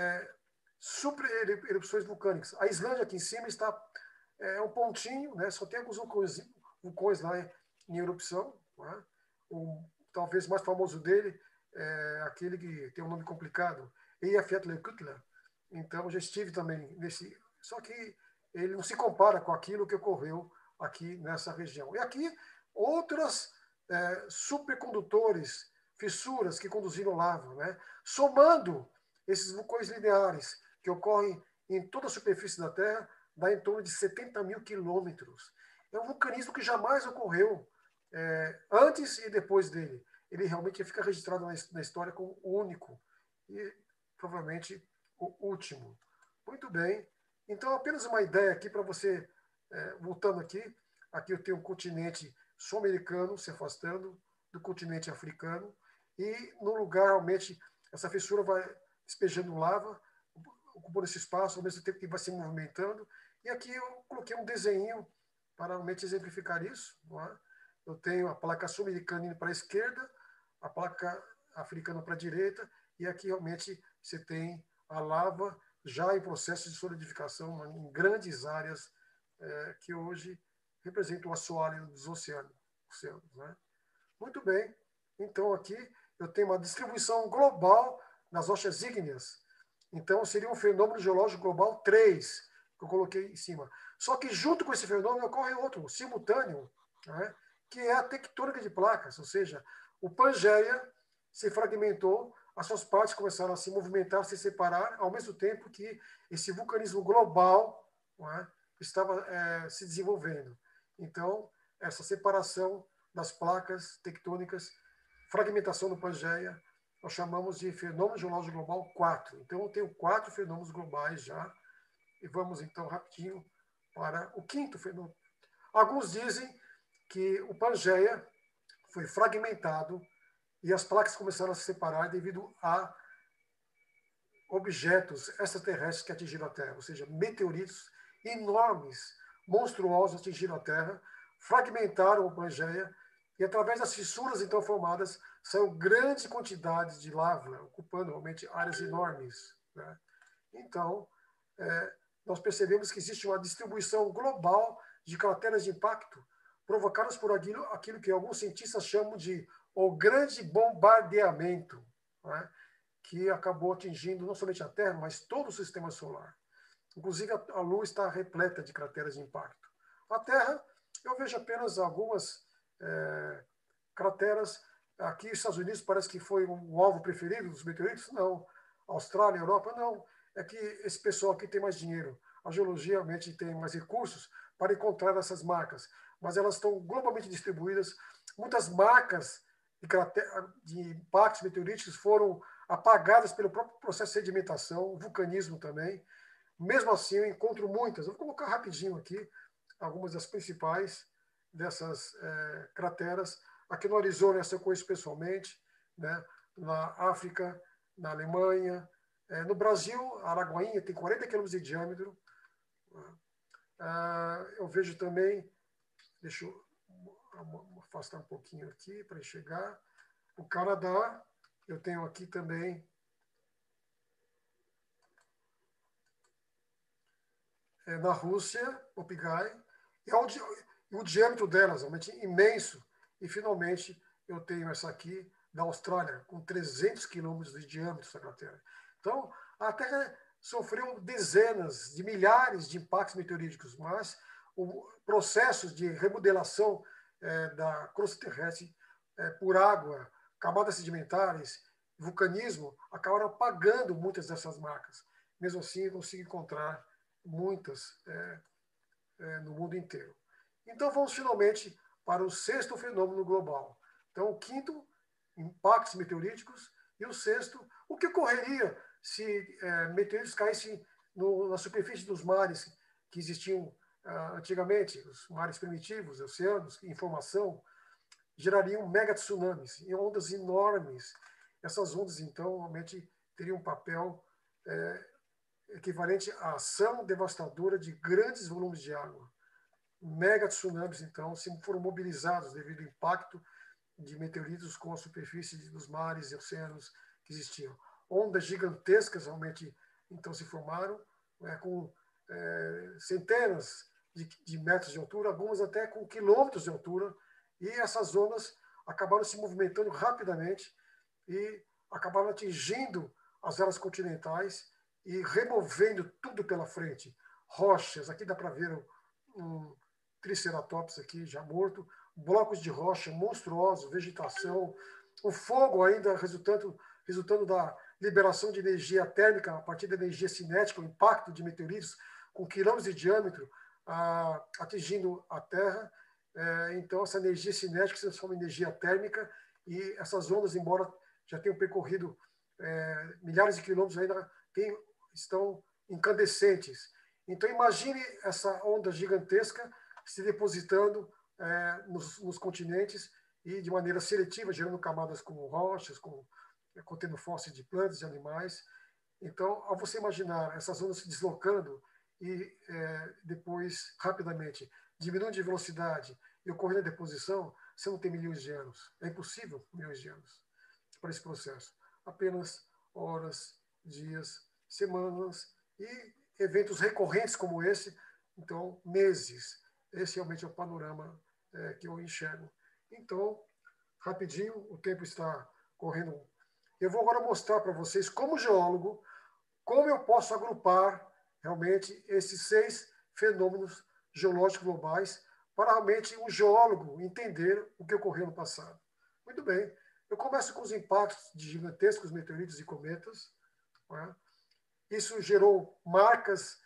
supererupções vulcânicas. A Islândia, aqui em cima, está um pontinho, né, só tem alguns vulcões lá em erupção. Né? Talvez mais famoso dele é aquele que tem um nome complicado, Eyjafjallajökull. Então, já estive também nesse... Só que ele não se compara com aquilo que ocorreu aqui nessa região. E aqui, outras supercondutores, fissuras que conduziram lava, né? Somando esses vulcões lineares que ocorrem em toda a superfície da Terra, dá em torno de 70 mil quilômetros. É um vulcanismo que jamais ocorreu antes e depois dele. Ele realmente fica registrado na história como o único e provavelmente o último. Muito bem. Então, apenas uma ideia aqui para você, voltando aqui. Aqui eu tenho um continente sul-americano se afastando do continente africano e no lugar, realmente, essa fissura vai despejando lava, ocupando esse espaço, ao mesmo tempo que vai se movimentando. E aqui eu coloquei um desenho para realmente exemplificar isso. Não é? Eu tenho a placa sul-americana indo para a esquerda, a placa africana para a direita, e aqui realmente você tem a lava já em processo de solidificação em grandes áreas que hoje representam o assoalho dos oceanos. Né? Muito bem. Então, aqui eu tenho uma distribuição global das rochas ígneas. Então, seria um fenômeno geológico global 3, que eu coloquei em cima. Só que, junto com esse fenômeno, ocorre outro, simultâneo, né? Que é a tectônica de placas, ou seja, o Pangeia se fragmentou, as suas partes começaram a se movimentar, se separar, ao mesmo tempo que esse vulcanismo global, né, estava se desenvolvendo. Então, essa separação das placas tectônicas, fragmentação do Pangeia, nós chamamos de fenômeno geológico global 4. Então, eu tenho 4 fenômenos globais já, e vamos então rapidinho para o 5º fenômeno. Alguns dizem que o Pangeia foi fragmentado e as placas começaram a se separar devido à objetos extraterrestres que atingiram a Terra, ou seja, meteoritos enormes, monstruosos atingiram a Terra, fragmentaram a Pangeia e, através das fissuras então formadas, saiu grande quantidade de lava, ocupando realmente áreas enormes, né? Então, nós percebemos que existe uma distribuição global de crateras de impacto provocadas por aquilo que alguns cientistas chamam de o grande bombardeamento, né? Que acabou atingindo não somente a Terra, mas todo o sistema solar. Inclusive, a Lua está repleta de crateras de impacto. A Terra, eu vejo apenas algumas crateras. Aqui, nos Estados Unidos, parece que foi um alvo preferido dos meteoritos. Não. Austrália, Europa, não. É que esse pessoal aqui tem mais dinheiro. A geologia realmente tem mais recursos para encontrar essas marcas. Mas elas estão globalmente distribuídas. Muitas marcas de impactos meteoríticos foram apagadas pelo próprio processo de sedimentação, vulcanismo também. Mesmo assim, eu encontro muitas. Eu vou colocar rapidinho aqui algumas das principais dessas crateras. Aqui no Arizona, essa eu conheço pessoalmente, né? Na África, na Alemanha. No Brasil, a Araguainha tem 40 quilômetros de diâmetro. Eu vejo também, deixa eu afastar um pouquinho aqui para chegar. O Canadá, eu tenho aqui também na Rússia, Opigai, e o diâmetro delas realmente imenso. E, finalmente, eu tenho essa aqui da Austrália, com 300 quilômetros de diâmetro, essa cratera. Então, a Terra sofreu dezenas de milhares de impactos meteoríticos, mas o processos de remodelação da crosta terrestre por água, camadas sedimentares, vulcanismo, acabaram apagando muitas dessas marcas. Mesmo assim, eu consigo encontrar muitas no mundo inteiro. Então, vamos finalmente para o sexto fenômeno global. Então, o quinto, impactos meteoríticos, e o sexto, o que ocorreria se meteoritos caíssem na superfície dos mares que existiam antigamente, os mares primitivos, oceanos, em formação, gerariam mega tsunamis, em ondas enormes. Essas ondas, então, realmente teriam um papel equivalente à ação devastadora de grandes volumes de água. Mega tsunamis, então, se foram mobilizados devido ao impacto de meteoritos com a superfície dos mares e oceanos que existiam. Ondas gigantescas realmente, então, se formaram, com centenas de metros de altura, algumas até com quilômetros de altura, e essas ondas acabaram se movimentando rapidamente e acabaram atingindo as áreas continentais e removendo tudo pela frente. Rochas, aqui dá para ver um triceratops aqui já morto, blocos de rocha monstruosos, vegetação, o fogo ainda resultando da liberação de energia térmica a partir da energia cinética, o impacto de meteoritos com quilômetros de diâmetro atingindo a Terra. Então, essa energia cinética se transforma em energia térmica e essas ondas, embora já tenham percorrido milhares de quilômetros, ainda estão incandescentes. Então, imagine essa onda gigantesca se depositando nos continentes e de maneira seletiva, gerando camadas com rochas, contendo fósseis de plantas e animais. Então, ao você imaginar essas ondas se deslocando e depois, rapidamente, diminuindo de velocidade e ocorrendo a deposição, você não tem milhões de anos. É impossível milhões de anos para esse processo. Apenas horas, dias, semanas e eventos recorrentes como esse, então, meses. Esse realmente é o panorama que eu enxergo. Então, rapidinho, o tempo está correndo. Eu vou agora mostrar para vocês, como geólogo, como eu posso agrupar realmente esses 6 fenômenos geológicos globais para realmente um geólogo entender o que ocorreu no passado. Muito bem. Eu começo com os impactos de gigantescos meteoritos e cometas. Né? Isso gerou marcas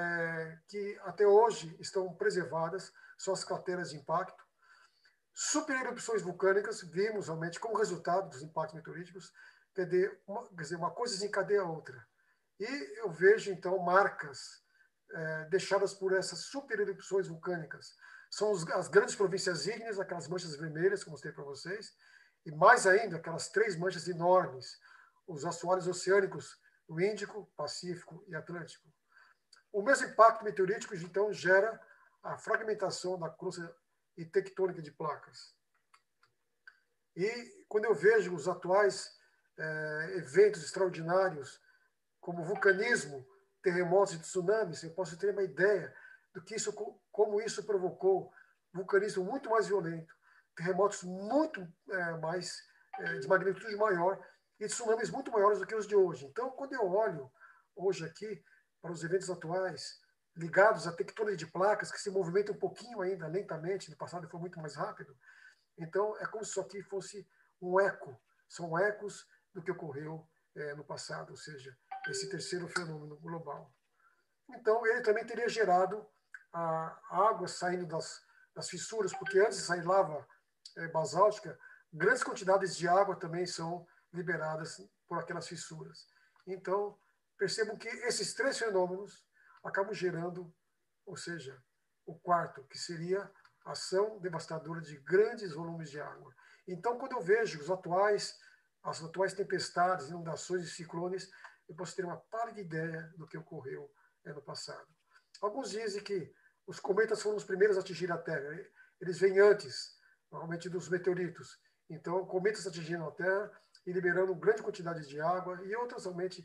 que até hoje estão preservadas, são as crateras de impacto. Supererupções vulcânicas, vimos realmente como resultado dos impactos meteoríticos, quer dizer, uma coisa desencadeia a outra. E eu vejo, então, marcas deixadas por essas supererupções vulcânicas. São as grandes províncias ígneas, aquelas manchas vermelhas que eu mostrei para vocês, e mais ainda, aquelas 3 manchas enormes, os assoalhos oceânicos o Índico, Pacífico e Atlântico. O mesmo impacto meteorítico, então, gera a fragmentação da crosta e tectônica de placas. E quando eu vejo os atuais eventos extraordinários, como vulcanismo, terremotos e tsunamis, eu posso ter uma ideia do que isso, como isso provocou vulcanismo muito mais violento, terremotos muito mais de magnitude maior e tsunamis muito maiores do que os de hoje. Então, quando eu olho hoje aqui para os eventos atuais ligados à tectônica de placas, que se movimentam um pouquinho ainda lentamente, no passado foi muito mais rápido, então é como se isso aqui fosse um eco, são ecos do que ocorreu no passado, ou seja, esse terceiro fenômeno global. Então, ele também teria gerado a água saindo das fissuras, porque antes de sair lava basáltica, grandes quantidades de água também são liberadas por aquelas fissuras. Então, percebam que esses três fenômenos acabam gerando, ou seja, o quarto, que seria a ação devastadora de grandes volumes de água. Então, quando eu vejo as atuais tempestades, inundações e ciclones, eu posso ter uma pálida ideia do que ocorreu no passado. Alguns dizem que os cometas foram os primeiros a atingir a Terra. Eles vêm antes, normalmente, dos meteoritos. Então, cometas atingindo a Terra e liberando grande quantidade de água, e outros, realmente,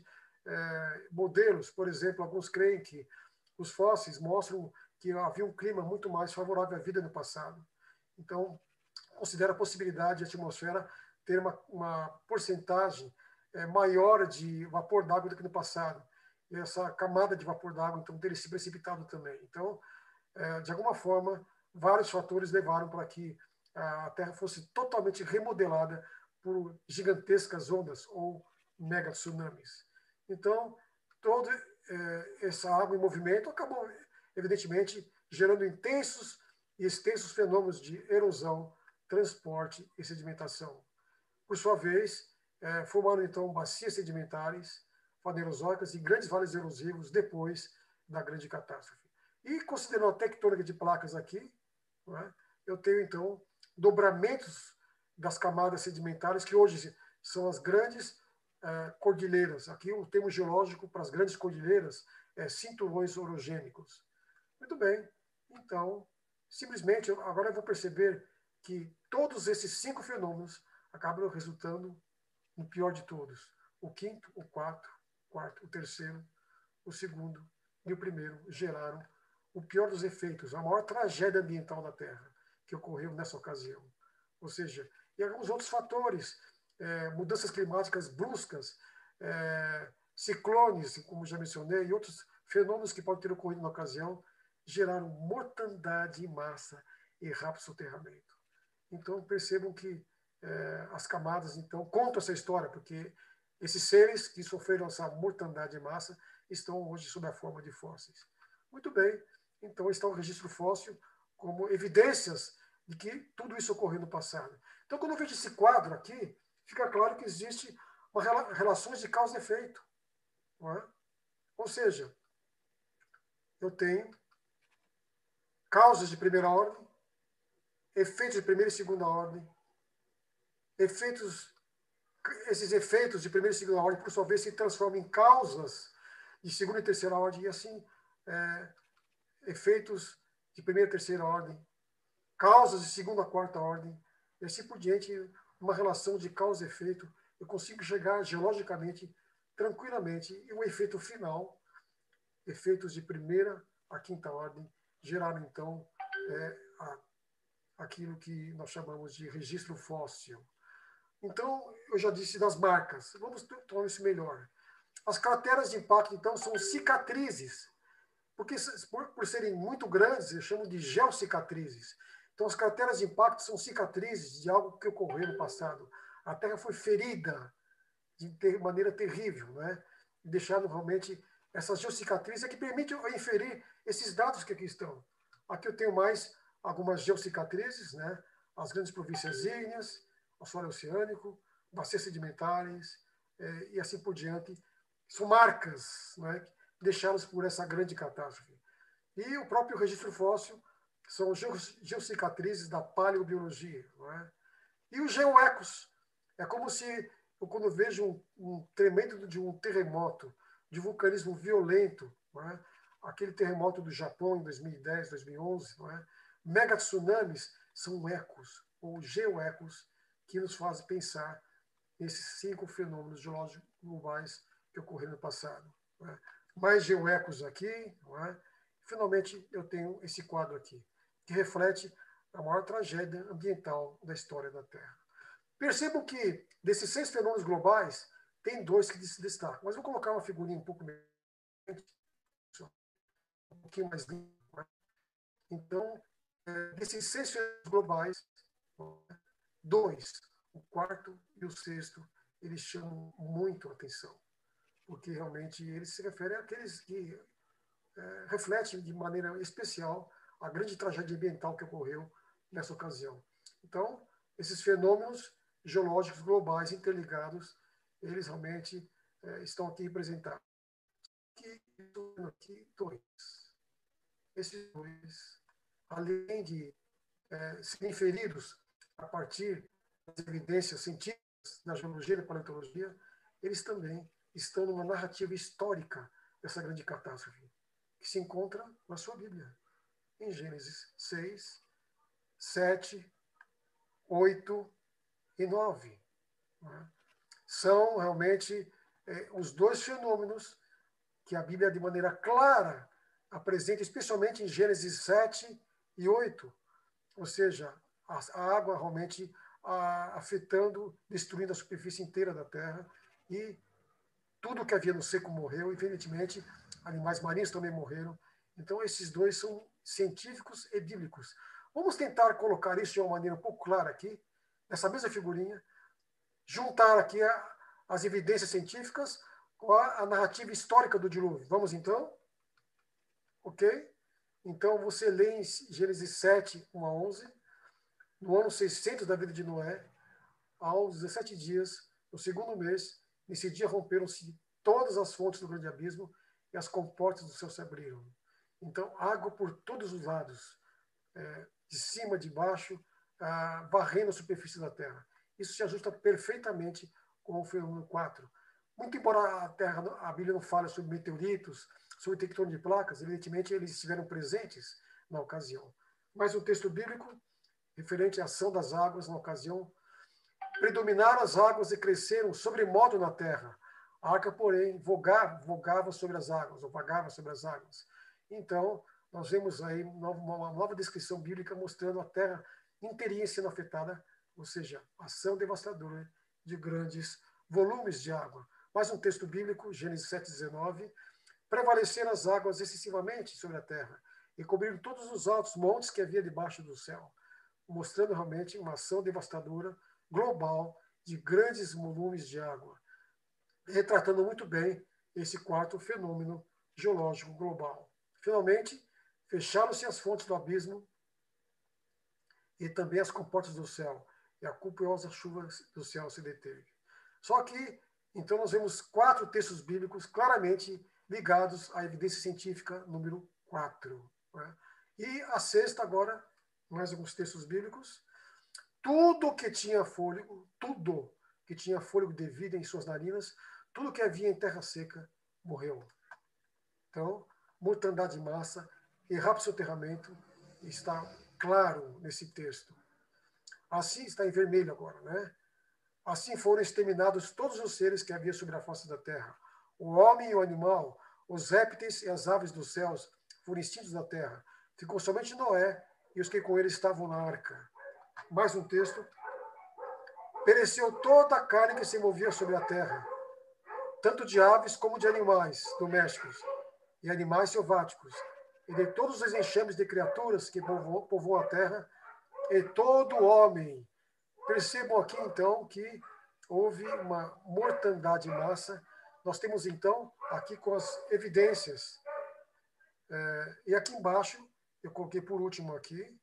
modelos, por exemplo, alguns creem que os fósseis mostram que havia um clima muito mais favorável à vida no passado. Então, considera a possibilidade de a atmosfera ter uma porcentagem maior de vapor d'água do que no passado. E essa camada de vapor d'água, então, teria se precipitado também. Então, de alguma forma, vários fatores levaram para que a Terra fosse totalmente remodelada por gigantescas ondas ou mega tsunamis. Então, toda essa água em movimento acabou, evidentemente, gerando intensos e extensos fenômenos de erosão, transporte e sedimentação. Por sua vez, formaram, então, bacias sedimentares, fanerozoicas e grandes vales erosivos depois da grande catástrofe. E, considerando a tectônica de placas aqui, eu tenho, então, dobramentos das camadas sedimentares, que hoje são as grandes cordilheiras. Aqui o termo geológico para as grandes cordilheiras é cinturões orogênicos. Muito bem. Então, simplesmente, agora eu vou perceber que todos esses 5 fenômenos acabam resultando no pior de todos. O quinto, o quarto, o terceiro, o segundo e o primeiro geraram o pior dos efeitos, a maior tragédia ambiental da Terra que ocorreu nessa ocasião. Ou seja, e alguns outros fatores, mudanças climáticas bruscas, ciclones, como já mencionei, e outros fenômenos que podem ter ocorrido na ocasião, geraram mortandade em massa e rápido soterramento. Então, percebam que as camadas, então, contam essa história, porque esses seres que sofreram essa mortandade em massa estão hoje sob a forma de fósseis. Muito bem, então está o registro fóssil como evidências de que tudo isso ocorreu no passado. Então, quando eu vejo esse quadro aqui, fica claro que existe relações de causa e efeito. Não é? Ou seja, eu tenho causas de primeira ordem, efeitos de primeira e segunda ordem, esses efeitos de primeira e segunda ordem, por sua vez, se transformam em causas de segunda e terceira ordem, e assim, efeitos de primeira e terceira ordem, causas de segunda a quarta ordem, e assim por diante, uma relação de causa e efeito, eu consigo chegar geologicamente, tranquilamente, e o efeito final, efeitos de primeira a quinta ordem, geraram, então, aquilo que nós chamamos de registro fóssil. Então, eu já disse das marcas. Vamos tornar isso melhor. As crateras de impacto, então, são cicatrizes, porque por serem muito grandes, eu chamo de geocicatrizes. Então, as crateras de impacto são cicatrizes de algo que ocorreu no passado. A Terra foi ferida de maneira terrível, né? E deixando realmente essas geocicatrizes que permitem inferir esses dados que aqui estão. Aqui eu tenho mais algumas geocicatrizes, né? As grandes províncias ígneas, o solo oceânico, bacias sedimentares, e assim por diante. São marcas, né, deixadas por essa grande catástrofe. E o próprio registro fóssil são geocicatrizes da paleobiologia. Não é? E os geoecos. É como se eu quando vejo um tremendo de um terremoto, de vulcanismo violento, não é? Aquele terremoto do Japão em 2010, 2011, não é? Mega tsunamis são ecos, ou geoecos, que nos fazem pensar nesses 5 fenômenos geológicos globais que ocorreram no passado. Não é? Mais geoecos aqui, não é? Finalmente eu tenho esse quadro aqui, que reflete a maior tragédia ambiental da história da Terra. Percebam que, desses 6 fenômenos globais, tem 2 que se destacam. Mas vou colocar uma figurinha um pouquinho mais limpa. Então, desses 6 fenômenos globais, 2, o quarto e o sexto, eles chamam muito a atenção, porque realmente eles se referem àqueles que refletem de maneira especial a grande tragédia ambiental que ocorreu nessa ocasião. Então, esses fenômenos geológicos globais interligados, eles realmente estão aqui representados. Aqui 2. Esses 2, além de serem inferidos a partir das evidências científicas da geologia e da paleontologia, eles também estão numa narrativa histórica dessa grande catástrofe, que se encontra na sua Bíblia, em Gênesis 6, 7, 8 e 9. Né? São realmente os 2 fenômenos que a Bíblia, de maneira clara, apresenta, especialmente em Gênesis 7 e 8. Ou seja, a água realmente afetando, destruindo a superfície inteira da Terra, e tudo que havia no seco morreu, evidentemente, animais marinhos também morreram. Então, esses 2 são científicos e bíblicos. Vamos tentar colocar isso de uma maneira um pouco clara aqui, nessa mesma figurinha, juntar aqui as evidências científicas com a narrativa histórica do dilúvio. Vamos então? Ok? Então, você lê em Gênesis 7, 1 a 11, no ano 600 da vida de Noé, aos 17 dias, no segundo mês, nesse dia romperam-se todas as fontes do grande abismo e as comportas do céu se abriram. Então, água por todos os lados, de cima, de baixo, varrendo a superfície da Terra. Isso se ajusta perfeitamente com o fenômeno 4. Muito embora a Bíblia não fale sobre meteoritos, sobre tectônica de placas, evidentemente eles estiveram presentes na ocasião. Mas o texto bíblico, referente à ação das águas na ocasião, predominaram as águas e cresceram sobremodo na terra. A arca, porém, vogava sobre as águas, ou vagava sobre as águas. Então, nós vemos aí uma nova descrição bíblica mostrando a terra inteirinha sendo afetada, ou seja, ação devastadora de grandes volumes de água. Mais um texto bíblico, Gênesis 7,19. Prevaleceram as águas excessivamente sobre a terra e cobriram todos os altos montes que havia debaixo do céu, mostrando realmente uma ação devastadora global de grandes volumes de água, retratando muito bem esse 4º fenômeno geológico global. Finalmente, fecharam-se as fontes do abismo e também as comportas do céu, e a copiosa chuva do céu se deteve. Só que, então, nós vemos 4 textos bíblicos claramente ligados à evidência científica número 4. Né? E a 6ª agora, mais alguns textos bíblicos. Tudo que tinha fôlego de vida em suas narinas, tudo que havia em terra seca, morreu. Então, mortandade de massa e rápido soterramento está claro nesse texto. Assim, está em vermelho agora, né? Assim foram exterminados todos os seres que havia sobre a face da terra. O homem e o animal, os répteis e as aves dos céus foram extintos da terra. Ficou somente Noé e os que com ele estavam na arca. Mais um texto. Pereceu toda a carne que se movia sobre a terra, tanto de aves como de animais domésticos e animais selváticos, e de todos os enxames de criaturas que povoam a terra, e todo homem. Percebam aqui, então, que houve uma mortandade em massa. Nós temos, então, aqui com as evidências. E aqui embaixo, eu coloquei por último aqui,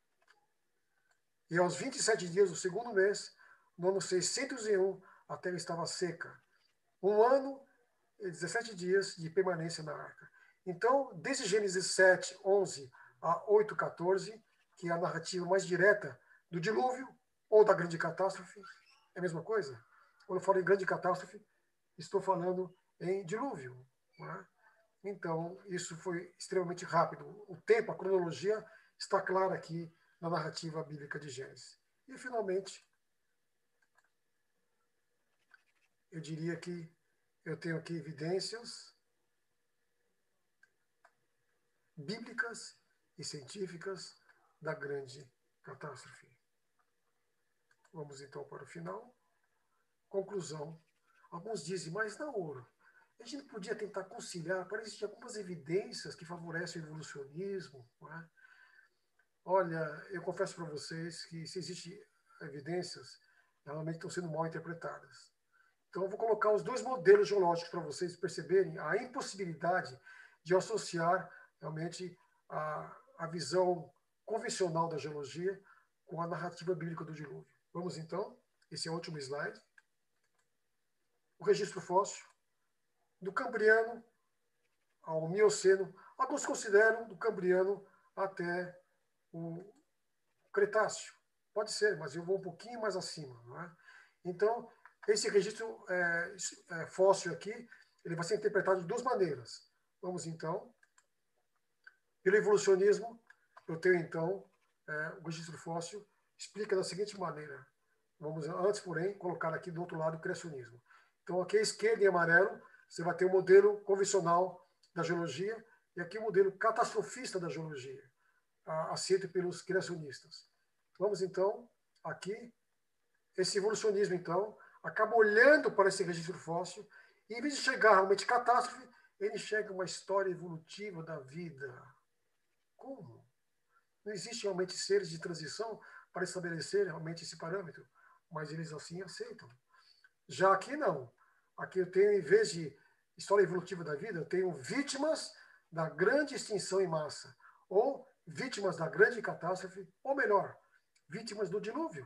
e aos 27 dias do segundo mês, no ano 601, a terra estava seca. 1 ano e 17 dias de permanência na arca. Então, desde Gênesis 7, 11 a 8, 14, que é a narrativa mais direta do dilúvio ou da grande catástrofe, é a mesma coisa. Quando eu falo em grande catástrofe, estou falando em dilúvio. Não é? Então, isso foi extremamente rápido. O tempo, a cronologia, está clara aqui na narrativa bíblica de Gênesis. E, finalmente, eu diria que eu tenho aqui evidências bíblicas e científicas da grande catástrofe. Vamos, então, para o final. Conclusão. Alguns dizem, mas não, a gente podia tentar conciliar, parece que existem algumas evidências que favorecem o evolucionismo. Não é? Olha, eu confesso para vocês que se existem evidências, realmente estão sendo mal interpretadas. Então, eu vou colocar os dois modelos geológicos para vocês perceberem a impossibilidade de associar realmente a visão convencional da geologia com a narrativa bíblica do dilúvio. Vamos, então, esse é o último slide. O registro fóssil do Cambriano ao Mioceno. Alguns consideram do Cambriano até o Cretáceo. Pode ser, mas eu vou um pouquinho mais acima. Não é? Então, esse registro fóssil aqui, ele vai ser interpretado de duas maneiras. Vamos, então, pelo evolucionismo, eu tenho, então, o registro fóssil explica da seguinte maneira. Vamos, antes, porém, colocar aqui do outro lado o criacionismo. Então, aqui à esquerda, em amarelo, você vai ter o modelo convencional da geologia e aqui o modelo catastrofista da geologia, aceito pelos criacionistas. Vamos, então, aqui, esse evolucionismo, então, acaba olhando para esse registro fóssil e, em vez de chegar realmente catástrofe, ele chega a uma história evolutiva da vida. Como? Não existem realmente seres de transição para estabelecer realmente esse parâmetro, mas eles assim aceitam. Já aqui não. Aqui eu tenho, em vez de história evolutiva da vida, eu tenho vítimas da grande extinção em massa, ou vítimas da grande catástrofe, ou melhor, vítimas do dilúvio.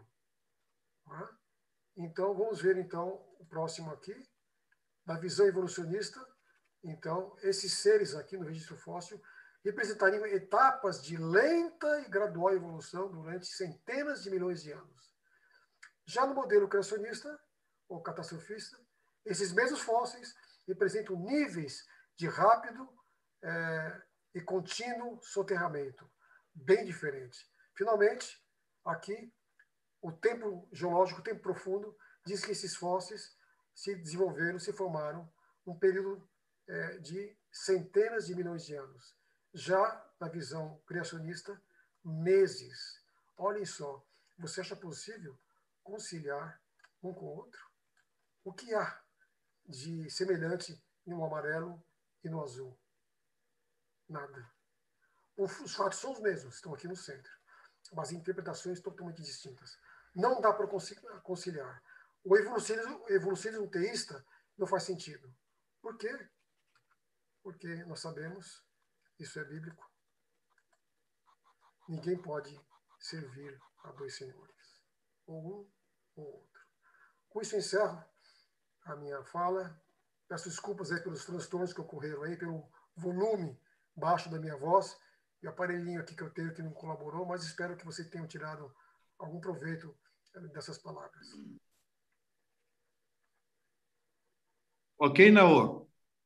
Então, vamos ver então o próximo aqui, da visão evolucionista. Então, esses seres aqui no registro fóssil representariam etapas de lenta e gradual evolução durante centenas de milhões de anos. Já no modelo criacionista, ou catastrofista, esses mesmos fósseis representam níveis de rápido e contínuo soterramento, bem diferente. Finalmente, aqui, o tempo geológico, o tempo profundo, diz que esses fósseis se desenvolveram, se formaram num período de centenas de milhões de anos. Já na visão criacionista, meses. Olhem só, você acha possível conciliar um com o outro? O que há de semelhante no amarelo e no azul? Nada. Os fatos são os mesmos, estão aqui no centro, mas interpretações totalmente distintas. Não dá para conciliar. O evolucionismo teísta não faz sentido. Por quê? Porque nós sabemos, isso é bíblico, ninguém pode servir a dois senhores, ou um ou outro. Com isso eu encerro a minha fala. Peço desculpas aí pelos transtornos que ocorreram aí, pelo volume baixo da minha voz e o aparelhinho aqui que eu tenho que não colaborou, mas espero que vocês tenham tirado algum proveito dessas palavras. Ok, Naor.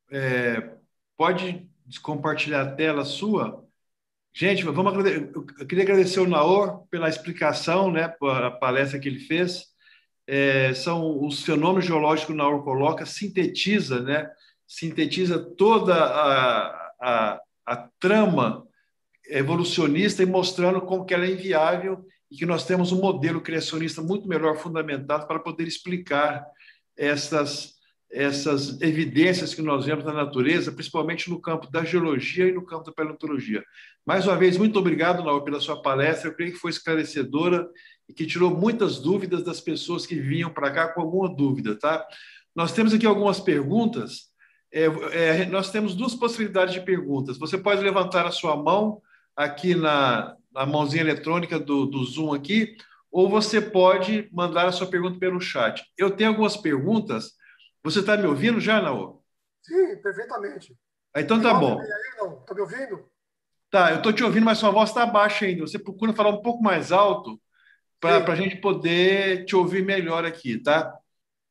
Pode compartilhar a tela sua? Gente, eu queria agradecer ao Naor pela explicação, né, pela palestra que ele fez. São os fenômenos geológicos que o Naor coloca, sintetiza toda a trama evolucionista e mostrando como que ela é inviável e que nós temos um modelo criacionista muito melhor fundamentado para poder explicar essas evidências que nós vemos na natureza, principalmente no campo da geologia e no campo da paleontologia. Mais uma vez, muito obrigado, Naor, pela sua palestra. Eu creio que foi esclarecedora e que tirou muitas dúvidas das pessoas que vinham para cá com alguma dúvida, tá? Nós temos aqui algumas perguntas. Nós temos duas possibilidades de perguntas. Você pode levantar a sua mão aqui na mãozinha eletrônica do Zoom aqui, ou você pode mandar a sua pergunta pelo chat. Eu tenho algumas perguntas. Você está me ouvindo já, Naor? Sim, perfeitamente. Então tá bom. Está me ouvindo? Tá, eu estou te ouvindo, mas sua voz está baixa ainda. Você procura falar um pouco mais alto para a gente poder te ouvir melhor aqui, tá?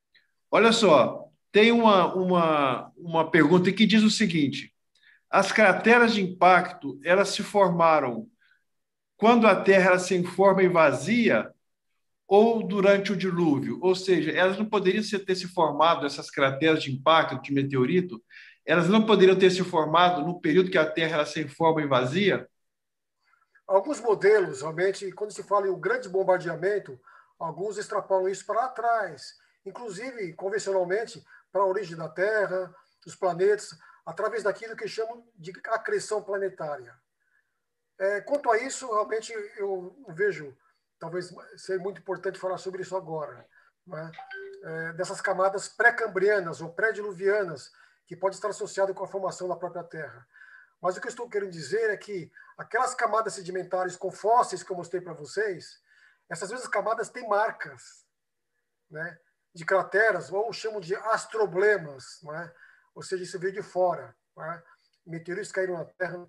Olha só, tem uma pergunta que diz o seguinte: as crateras de impacto, elas se formaram quando a Terra era sem forma e vazia ou durante o dilúvio? Ou seja, elas não poderiam ter se formado, essas crateras de impacto de meteorito, elas não poderiam ter se formado no período que a Terra era sem forma e vazia? Alguns modelos, realmente, quando se fala em um grande bombardeamento, alguns extrapolam isso para lá atrás, inclusive, convencionalmente, para a origem da Terra, dos planetas, através daquilo que chamam de acreção planetária. Quanto a isso, realmente, eu vejo, talvez seja muito importante falar sobre isso agora, né? Dessas camadas pré-cambrianas ou pré-diluvianas, que pode estar associado com a formação da própria Terra. Mas o que eu estou querendo dizer é que aquelas camadas sedimentares com fósseis que eu mostrei para vocês, essas mesmas camadas têm marcas, né, de crateras, ou chamam de astroblemas, né? Ou seja, isso veio de fora. Né? Meteoritos caíram na Terra,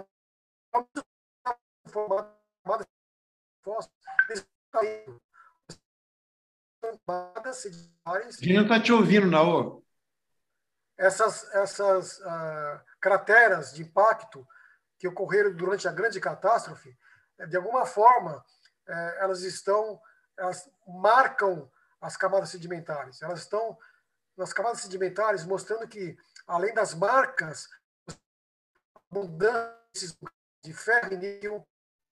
formadas fósseis, eles caíram. Camadas sedimentares. A gente não está te ouvindo, Naor. Essas crateras de impacto que ocorreram durante a grande catástrofe, de alguma forma, elas marcam as camadas sedimentares. Elas estão nas camadas sedimentares mostrando que, além das marcas, abundâncias de ferro e níquel,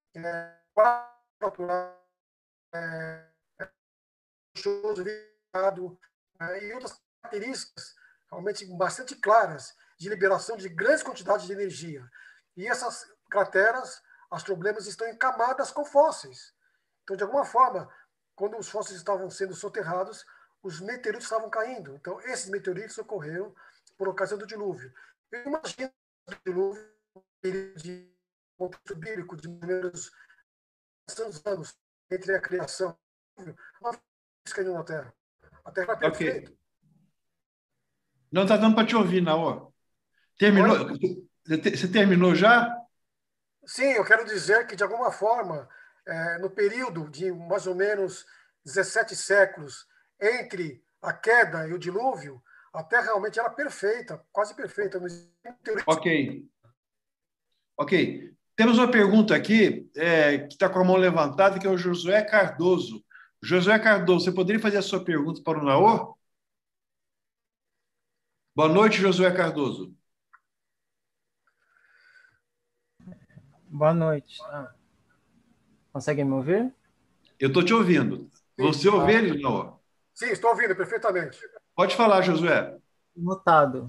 e outras características realmente bastante claras de liberação de grandes quantidades de energia. E essas crateras, astroblemas, estão em camadas com fósseis. Então, de alguma forma, quando os fósseis estavam sendo soterrados, os meteoritos estavam caindo. Então, esses meteoritos ocorreram por ocasião do dilúvio. Eu imagino o dilúvio, de contexto bíblico, de primeiros anos, entre a criação e o dilúvio, não caiu na Terra. A Terra era perfeita. Okay. Não está dando para te ouvir, Naor. Terminou? Você terminou já? Sim, eu quero dizer que, de alguma forma, no período de mais ou menos 17 séculos entre a queda e o dilúvio, a Terra realmente era perfeita, quase perfeita. Ok. Ok. Temos uma pergunta aqui que está com a mão levantada, que é o Josué Cardoso. Josué Cardoso, você poderia fazer a sua pergunta para o Naor? Boa noite, Josué Cardoso. Boa noite. Conseguem me ouvir? Eu estou te ouvindo. Você ouve ele, Naor? Sim, estou ouvindo perfeitamente. Pode falar, Josué. Notado.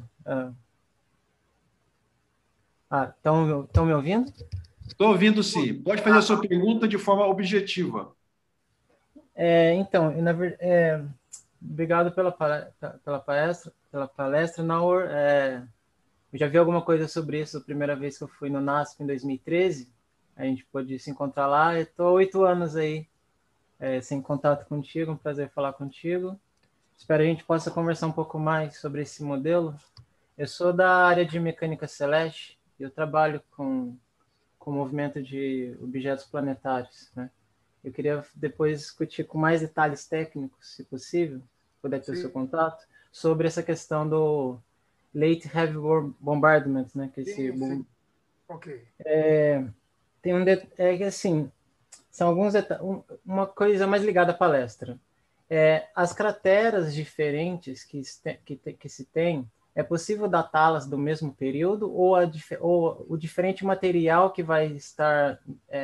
Estão me ouvindo? Estou ouvindo, sim. Pode fazer a sua pergunta de forma objetiva. Então, obrigado pela palestra, Naor. Eu já vi alguma coisa sobre isso a primeira vez que eu fui no NASP em 2013. A gente pôde se encontrar lá. Estou há 8 anos aí sem contato contigo. Um prazer falar contigo. Espero que a gente possa conversar um pouco mais sobre esse modelo. Eu sou da área de mecânica celeste e eu trabalho com movimento de objetos planetários, né? Eu queria depois discutir com mais detalhes técnicos, se possível, se puder ter o seu contato, sobre essa questão do Late Heavy Bombardment, né? Que esse Ok. Tem que assim, são alguns uma coisa mais ligada à palestra. As crateras diferentes que se tem, é possível datá-las do mesmo período ou o diferente material que vai estar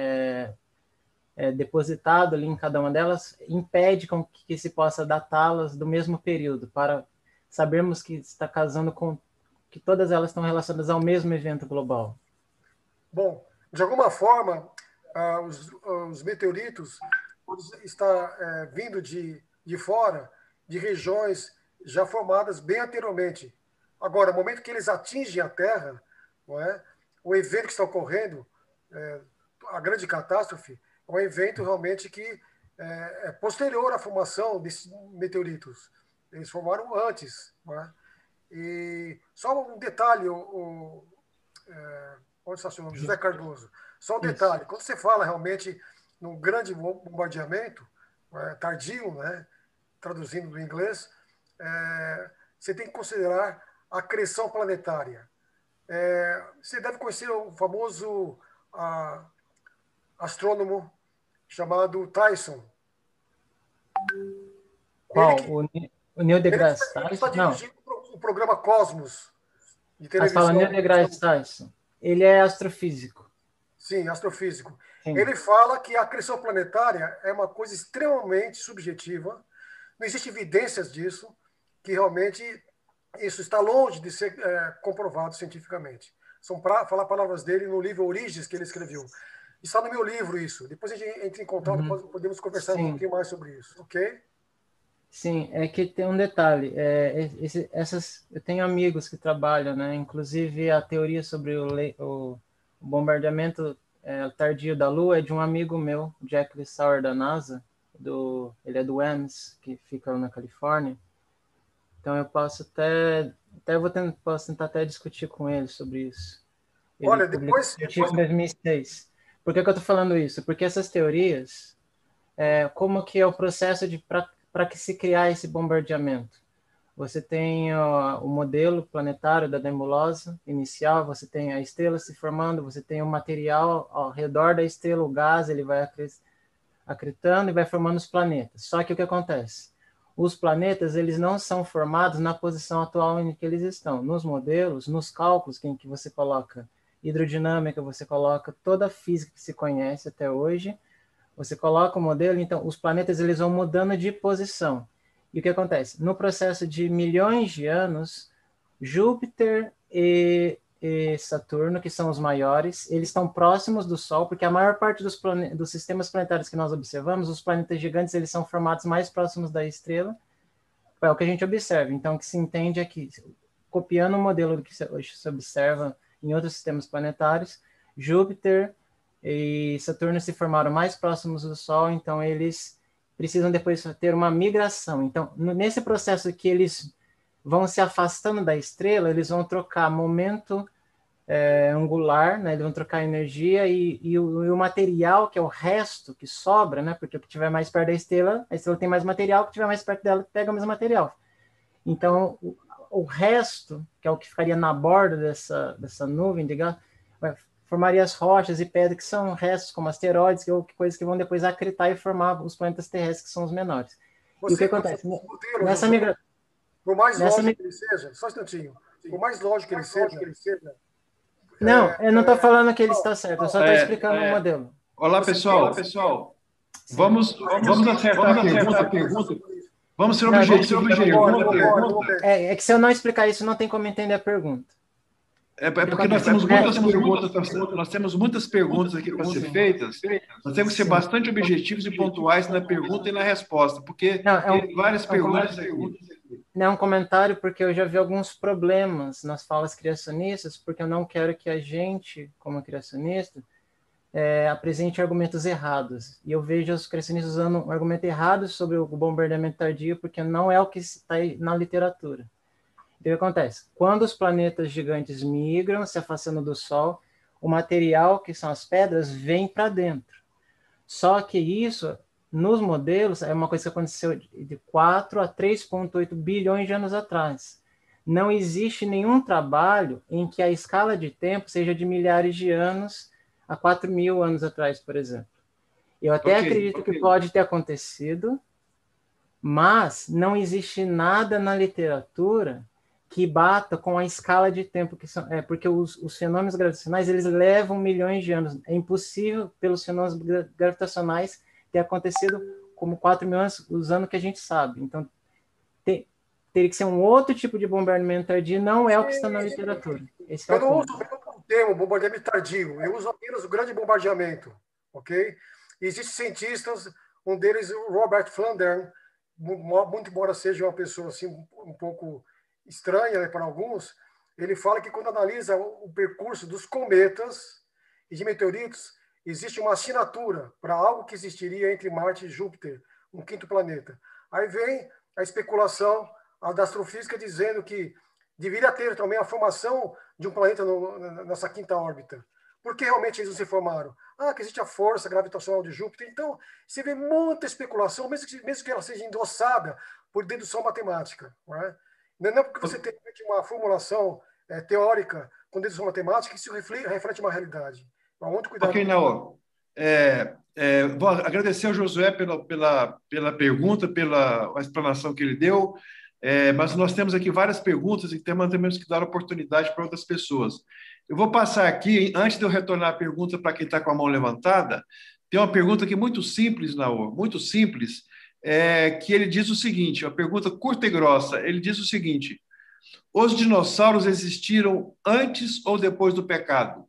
depositado ali em cada uma delas impede com que se possa datá-las do mesmo período, para sabermos que está casando com que todas elas estão relacionadas ao mesmo evento global? Bom, de alguma forma, os meteoritos estão vindo de fora, de regiões já formadas bem anteriormente. Agora, no momento que eles atingem a Terra, não é? O evento que está ocorrendo, a grande catástrofe, é um evento realmente que é posterior à formação desses meteoritos. Eles formaram antes. Não é? E só um detalhe, onde está seu nome? José Cardoso. Só um detalhe, quando você fala realmente num grande bombardeamento, tardio, né? Traduzindo do inglês, você tem que considerar a acreção planetária. Você deve conhecer o famoso astrônomo chamado Tyson. Qual? Ele, O Neil ele deGrasse está Tyson? Não. dirigindo o programa Cosmos de Mas fala televisão. Neil deGrasse Tyson. Ele é astrofísico. Sim, astrofísico. Sim. Ele fala que a acreção planetária é uma coisa extremamente subjetiva. Não existe evidências disso, que realmente isso está longe de ser comprovado cientificamente. São falar palavras dele no livro Origens que ele escreveu. Está no meu livro isso. Depois a gente entra em contato, podemos conversar um pouquinho mais sobre isso, ok? Sim, é que tem um detalhe. Eu tenho amigos que trabalham, né? Inclusive a teoria sobre o bombardeamento tardio da Lua é de um amigo meu, Jack Lissauer da NASA. Ele é do EMS, que fica na Califórnia. Então eu posso posso tentar até discutir com ele sobre isso. Ele Olha, publicou um artigo em 2006. Por que eu estou falando isso? Porque essas teorias, como que é o processo para que se criar esse bombardeamento? Você tem o modelo planetário da nebulosa inicial, você tem a estrela se formando, você tem o material ao redor da estrela, o gás, ele vai acretando e vai formando os planetas. Só que o que acontece? Os planetas, eles não são formados na posição atual em que eles estão. Nos modelos, nos cálculos em que você coloca hidrodinâmica, você coloca toda a física que se conhece até hoje, você coloca o modelo, então os planetas eles vão mudando de posição. E o que acontece? No processo de milhões de anos, Júpiter e Saturno, que são os maiores, eles estão próximos do Sol, porque a maior parte dos sistemas planetários que nós observamos, os planetas gigantes, eles são formados mais próximos da estrela, é o que a gente observa. Então, o que se entende é que, copiando o modelo que se observa em outros sistemas planetários, Júpiter e Saturno se formaram mais próximos do Sol, então eles precisam depois ter uma migração. Então, nesse processo que eles vão se afastando da estrela, eles vão trocar momento angular, né? Eles vão trocar energia e o material, que é o resto que sobra, né? Porque o que estiver mais perto da estrela, a estrela tem mais material, o que estiver mais perto dela pega o mesmo material. Então, o resto, que é o que ficaria na borda dessa nuvem, digamos, formaria as rochas e pedras, que são restos como asteroides, coisas que vão depois acretar e formar os planetas terrestres, que são os menores. E o que acontece? Nessa migração... Por mais lógico que ele seja, só um instantinho, por mais lógico que ele seja... Não, eu não estou falando que ele está certo, eu só estou explicando o modelo. Olá, pessoal. Vamos acertar a pergunta. Vamos ser objetivos. É que se eu não explicar isso, não tem como entender a pergunta. Porque nós temos muitas perguntas aqui para ser feitas. Nós temos que ser bastante objetivos e pontuais na pergunta e na resposta, porque tem várias perguntas aqui. Não é um comentário, porque eu já vi alguns problemas nas falas criacionistas, porque eu não quero que a gente, como criacionista, apresente argumentos errados. E eu vejo os criacionistas usando um argumento errado sobre o bombardeamento tardio, porque não é o que está na literatura. Então, o que acontece? Quando os planetas gigantes migram, se afastando do Sol, o material, que são as pedras, vem para dentro. Só que isso, nos modelos, é uma coisa que aconteceu de 4 a 3,8 bilhões de anos atrás. Não existe nenhum trabalho em que a escala de tempo seja de milhares de anos a 4.000 anos atrás, por exemplo. Eu até acredito que pode ter acontecido, mas não existe nada na literatura que bata com a escala de tempo que são, porque os fenômenos gravitacionais eles levam milhões de anos. É impossível pelos fenômenos gravitacionais ter acontecido como 4.000 anos usando o que a gente sabe. Então teria que ser um outro tipo de bombardeamento tardio, não é o que está na literatura. Eu não uso o termo bombardeamento tardio, eu uso apenas o grande bombardeamento, ok? Existem cientistas, um deles, o Robert Flandern, muito embora seja uma pessoa assim um pouco estranha, né, para alguns, ele fala que quando analisa o percurso dos cometas e de meteoritos, existe uma assinatura para algo que existiria entre Marte e Júpiter, um quinto planeta. Aí vem a especulação da astrofísica dizendo que deveria ter também a formação de um planeta nessa quinta órbita. Por que realmente eles não se formaram? Que existe a força gravitacional de Júpiter. Então, você vê muita especulação, mesmo que ela seja endossada por dedução matemática. Não é, não é porque você tem uma formulação teórica com dedução matemática que isso reflete uma realidade. Então, muito cuidado. Ok, Naor. Vou agradecer ao Josué pela pergunta, pela explanação que ele deu, mas nós temos aqui várias perguntas e temos que dar oportunidade para outras pessoas. Eu vou passar aqui, antes de eu retornar a pergunta para quem está com a mão levantada, tem uma pergunta aqui muito simples, Naor, muito simples, que ele diz o seguinte, uma pergunta curta e grossa, ele diz o seguinte: os dinossauros existiram antes ou depois do pecado?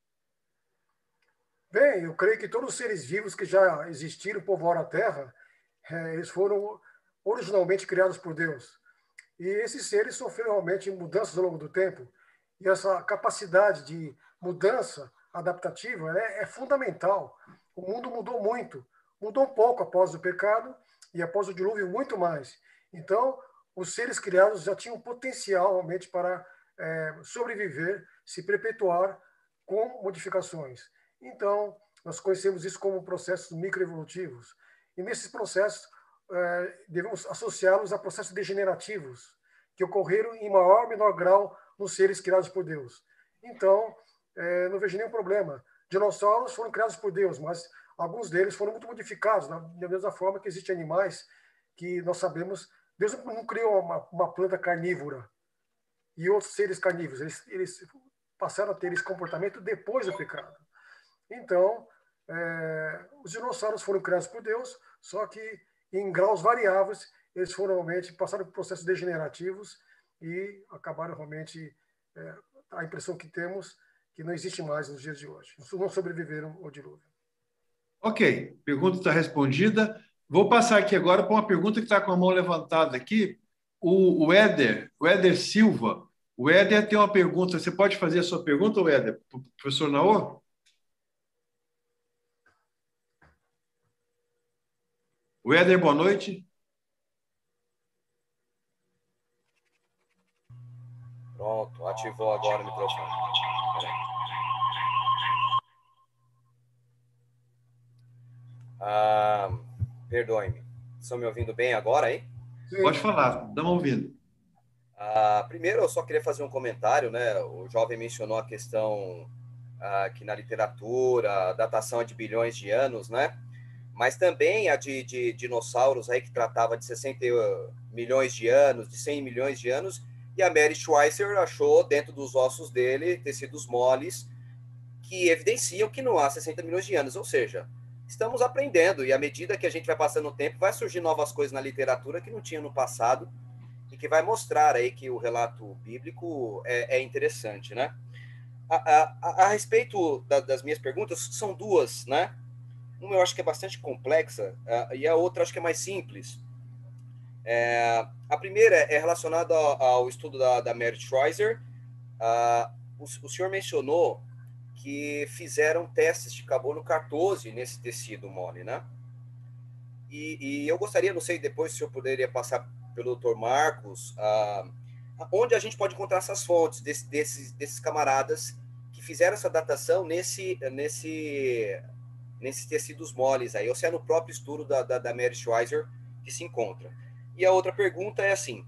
Bem, eu creio que todos os seres vivos que já existiram, povoaram a Terra, eles foram originalmente criados por Deus. E esses seres sofreram realmente mudanças ao longo do tempo. E essa capacidade de mudança adaptativa é fundamental. O mundo mudou muito. Mudou um pouco após o pecado e após o dilúvio, muito mais. Então, os seres criados já tinham potencial realmente para sobreviver, se perpetuar com modificações. Então, nós conhecemos isso como processos microevolutivos. E nesses processos, devemos associá-los a processos degenerativos, que ocorreram em maior ou menor grau nos seres criados por Deus. Então, não vejo nenhum problema. Dinossauros foram criados por Deus, mas alguns deles foram muito modificados, da mesma forma que existem animais que nós sabemos, Deus não criou uma planta carnívora e outros seres carnívoros. Eles passaram a ter esse comportamento depois do pecado. Então, os dinossauros foram criados por Deus, só que em graus variáveis, eles foram realmente, passaram por processos degenerativos e acabaram realmente, a impressão que temos, que não existe mais nos dias de hoje. Não sobreviveram ao dilúvio. Ok, pergunta está respondida. Vou passar aqui agora para uma pergunta que está com a mão levantada aqui. O Éder Silva. O Éder tem uma pergunta. Você pode fazer a sua pergunta, Éder, para o professor Naor? O Éder, boa noite. Pronto, ativou agora o microfone. Perdoe-me. Estão me ouvindo bem agora, hein? Sim. Pode falar, estamos ouvindo. Primeiro, eu só queria fazer um comentário, né? O jovem mencionou a questão que na literatura a datação é de bilhões de anos, né? Mas também a de dinossauros aí que tratava de 60 milhões de anos, de 100 milhões de anos, e a Mary Schweitzer achou dentro dos ossos dele tecidos moles que evidenciam que não há 60 milhões de anos, ou seja, estamos aprendendo e à medida que a gente vai passando o tempo, vai surgir novas coisas na literatura que não tinha no passado e que vai mostrar aí que o relato bíblico é interessante, né? A respeito das minhas perguntas, são duas, né? Uma eu acho que é bastante complexa e a outra acho que é mais simples. A primeira é relacionada ao estudo da Mary Schweitzer. O senhor mencionou que fizeram testes de carbono 14 nesse tecido mole, né? E eu gostaria, não sei, depois se o senhor poderia passar pelo Dr. Marcos, onde a gente pode encontrar essas fontes desses camaradas que fizeram essa datação nesses tecidos moles aí, ou se é no próprio estudo da Mary Schweitzer que se encontra. E a outra pergunta é assim,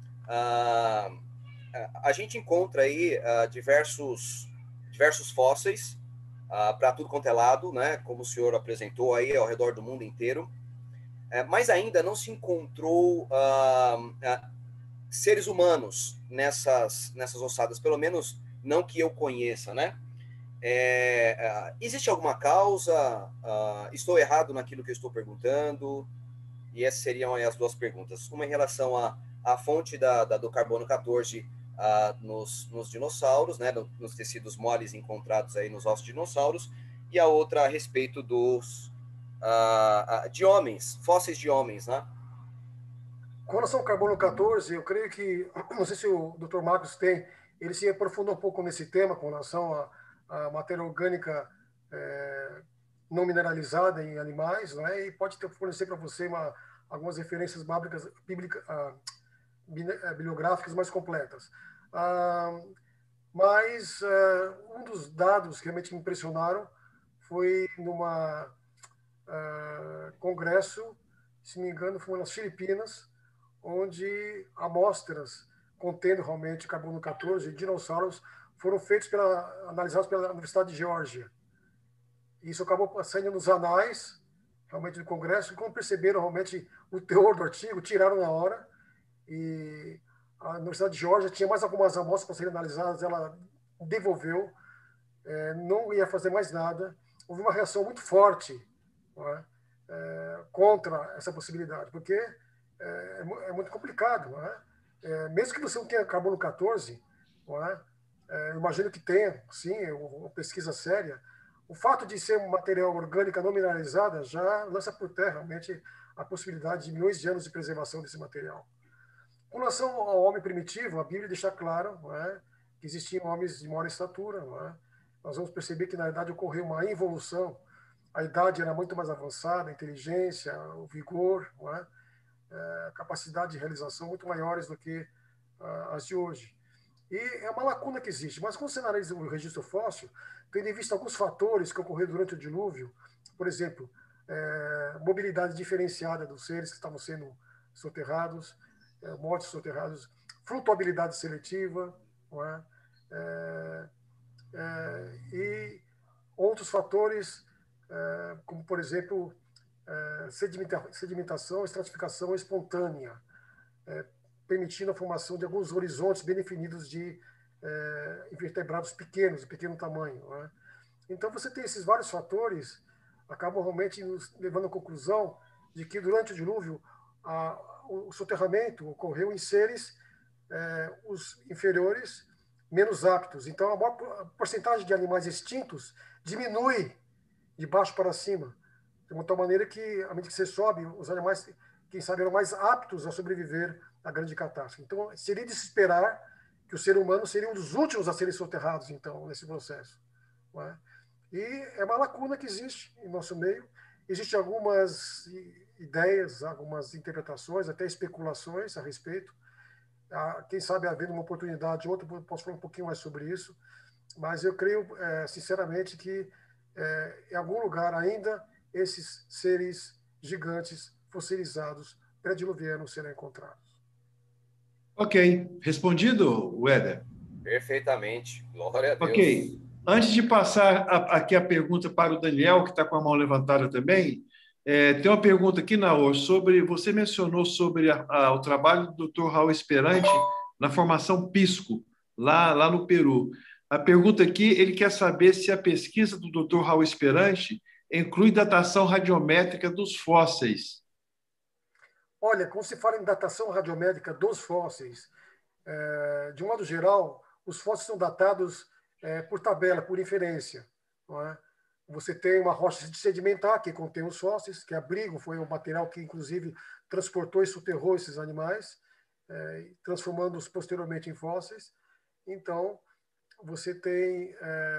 a gente encontra aí diversos fósseis para tudo quanto é lado, né, como o senhor apresentou aí ao redor do mundo inteiro, mas ainda não se encontrou seres humanos nessas ossadas, pelo menos não que eu conheça, né? Existe alguma causa? Estou errado naquilo que eu estou perguntando? E essas seriam aí as duas perguntas. Uma em relação à fonte do carbono 14 nos dinossauros, né, nos tecidos moles encontrados aí nos ossos de dinossauros, e a outra a respeito de homens, fósseis de homens, né? Com relação ao carbono 14, eu creio que, não sei se o Dr. Marcos tem, ele se aprofundou um pouco nesse tema com relação à matéria orgânica não mineralizada em animais, né? E pode fornecer para você algumas referências bibliográficas mais completas. Mas um dos dados que realmente me impressionaram foi numa congresso, se não me engano, foi nas Filipinas, onde amostras contendo realmente carbono 14 de dinossauros foram analisados pela Universidade de Geórgia. Isso acabou saindo nos anais, realmente, do Congresso, e quando perceberam realmente o teor do artigo, tiraram na hora, e a Universidade de Geórgia tinha mais algumas amostras para serem analisadas, ela devolveu, não ia fazer mais nada. Houve uma reação muito forte, não é? Contra essa possibilidade, porque é muito complicado, não é? Mesmo que você não tenha carbono 14, não é? Eu imagino que tenha, sim, uma pesquisa séria. O fato de ser um material orgânica não mineralizada já lança por terra realmente a possibilidade de milhões de anos de preservação desse material. Com relação ao homem primitivo, a Bíblia deixa claro, não é, que existiam homens de maior estatura. Não é? Nós vamos perceber que, na verdade, ocorreu uma evolução. A idade era muito mais avançada, a inteligência, o vigor, não é? A capacidade de realização muito maiores do que as de hoje. E é uma lacuna que existe. Mas quando você analisa o registro fóssil, tendo em vista alguns fatores que ocorreram durante o dilúvio, por exemplo, mobilidade diferenciada dos seres que estavam sendo soterrados, mortos soterrados, flutuabilidade seletiva, não é? E outros fatores, como, por exemplo, sedimentação, estratificação espontânea, permitindo a formação de alguns horizontes bem definidos de invertebrados pequenos, de pequeno tamanho. Não é? Então, você tem esses vários fatores, acabam realmente nos levando à conclusão de que, durante o dilúvio, o soterramento ocorreu em seres, os inferiores, menos aptos. Então, a maior porcentagem de animais extintos diminui de baixo para cima, de uma tal maneira que, à medida que você sobe, os animais, quem sabe, eram mais aptos a sobreviver à grande catástrofe. Então, seria de se esperar que o ser humano seria um dos últimos a serem soterrados, então, nesse processo. Não é? E é uma lacuna que existe em nosso meio. Existem algumas ideias, algumas interpretações, até especulações a respeito. Quem sabe, havendo uma oportunidade, outra, posso falar um pouquinho mais sobre isso. Mas eu creio, sinceramente, que em algum lugar ainda esses seres gigantes fossilizados pré-diluvianos serão encontrados. Ok. Respondido, Weder? Perfeitamente. Glória a Deus. Ok. Antes de passar aqui a pergunta para o Daniel, que está com a mão levantada também, tem uma pergunta aqui, Naor, sobre... Você mencionou sobre o trabalho do Dr. Raul Esperante na formação Pisco, lá no Peru. A pergunta aqui, ele quer saber se a pesquisa do Dr. Raul Esperante inclui datação radiométrica dos fósseis. Olha, quando se fala em datação radiométrica dos fósseis, de um modo geral, os fósseis são datados por tabela, por inferência. Não é? Você tem uma rocha sedimentar que contém os fósseis, que abrigo foi o material que, inclusive, transportou e soterrou esses animais, transformando-os posteriormente em fósseis. Então, você tem...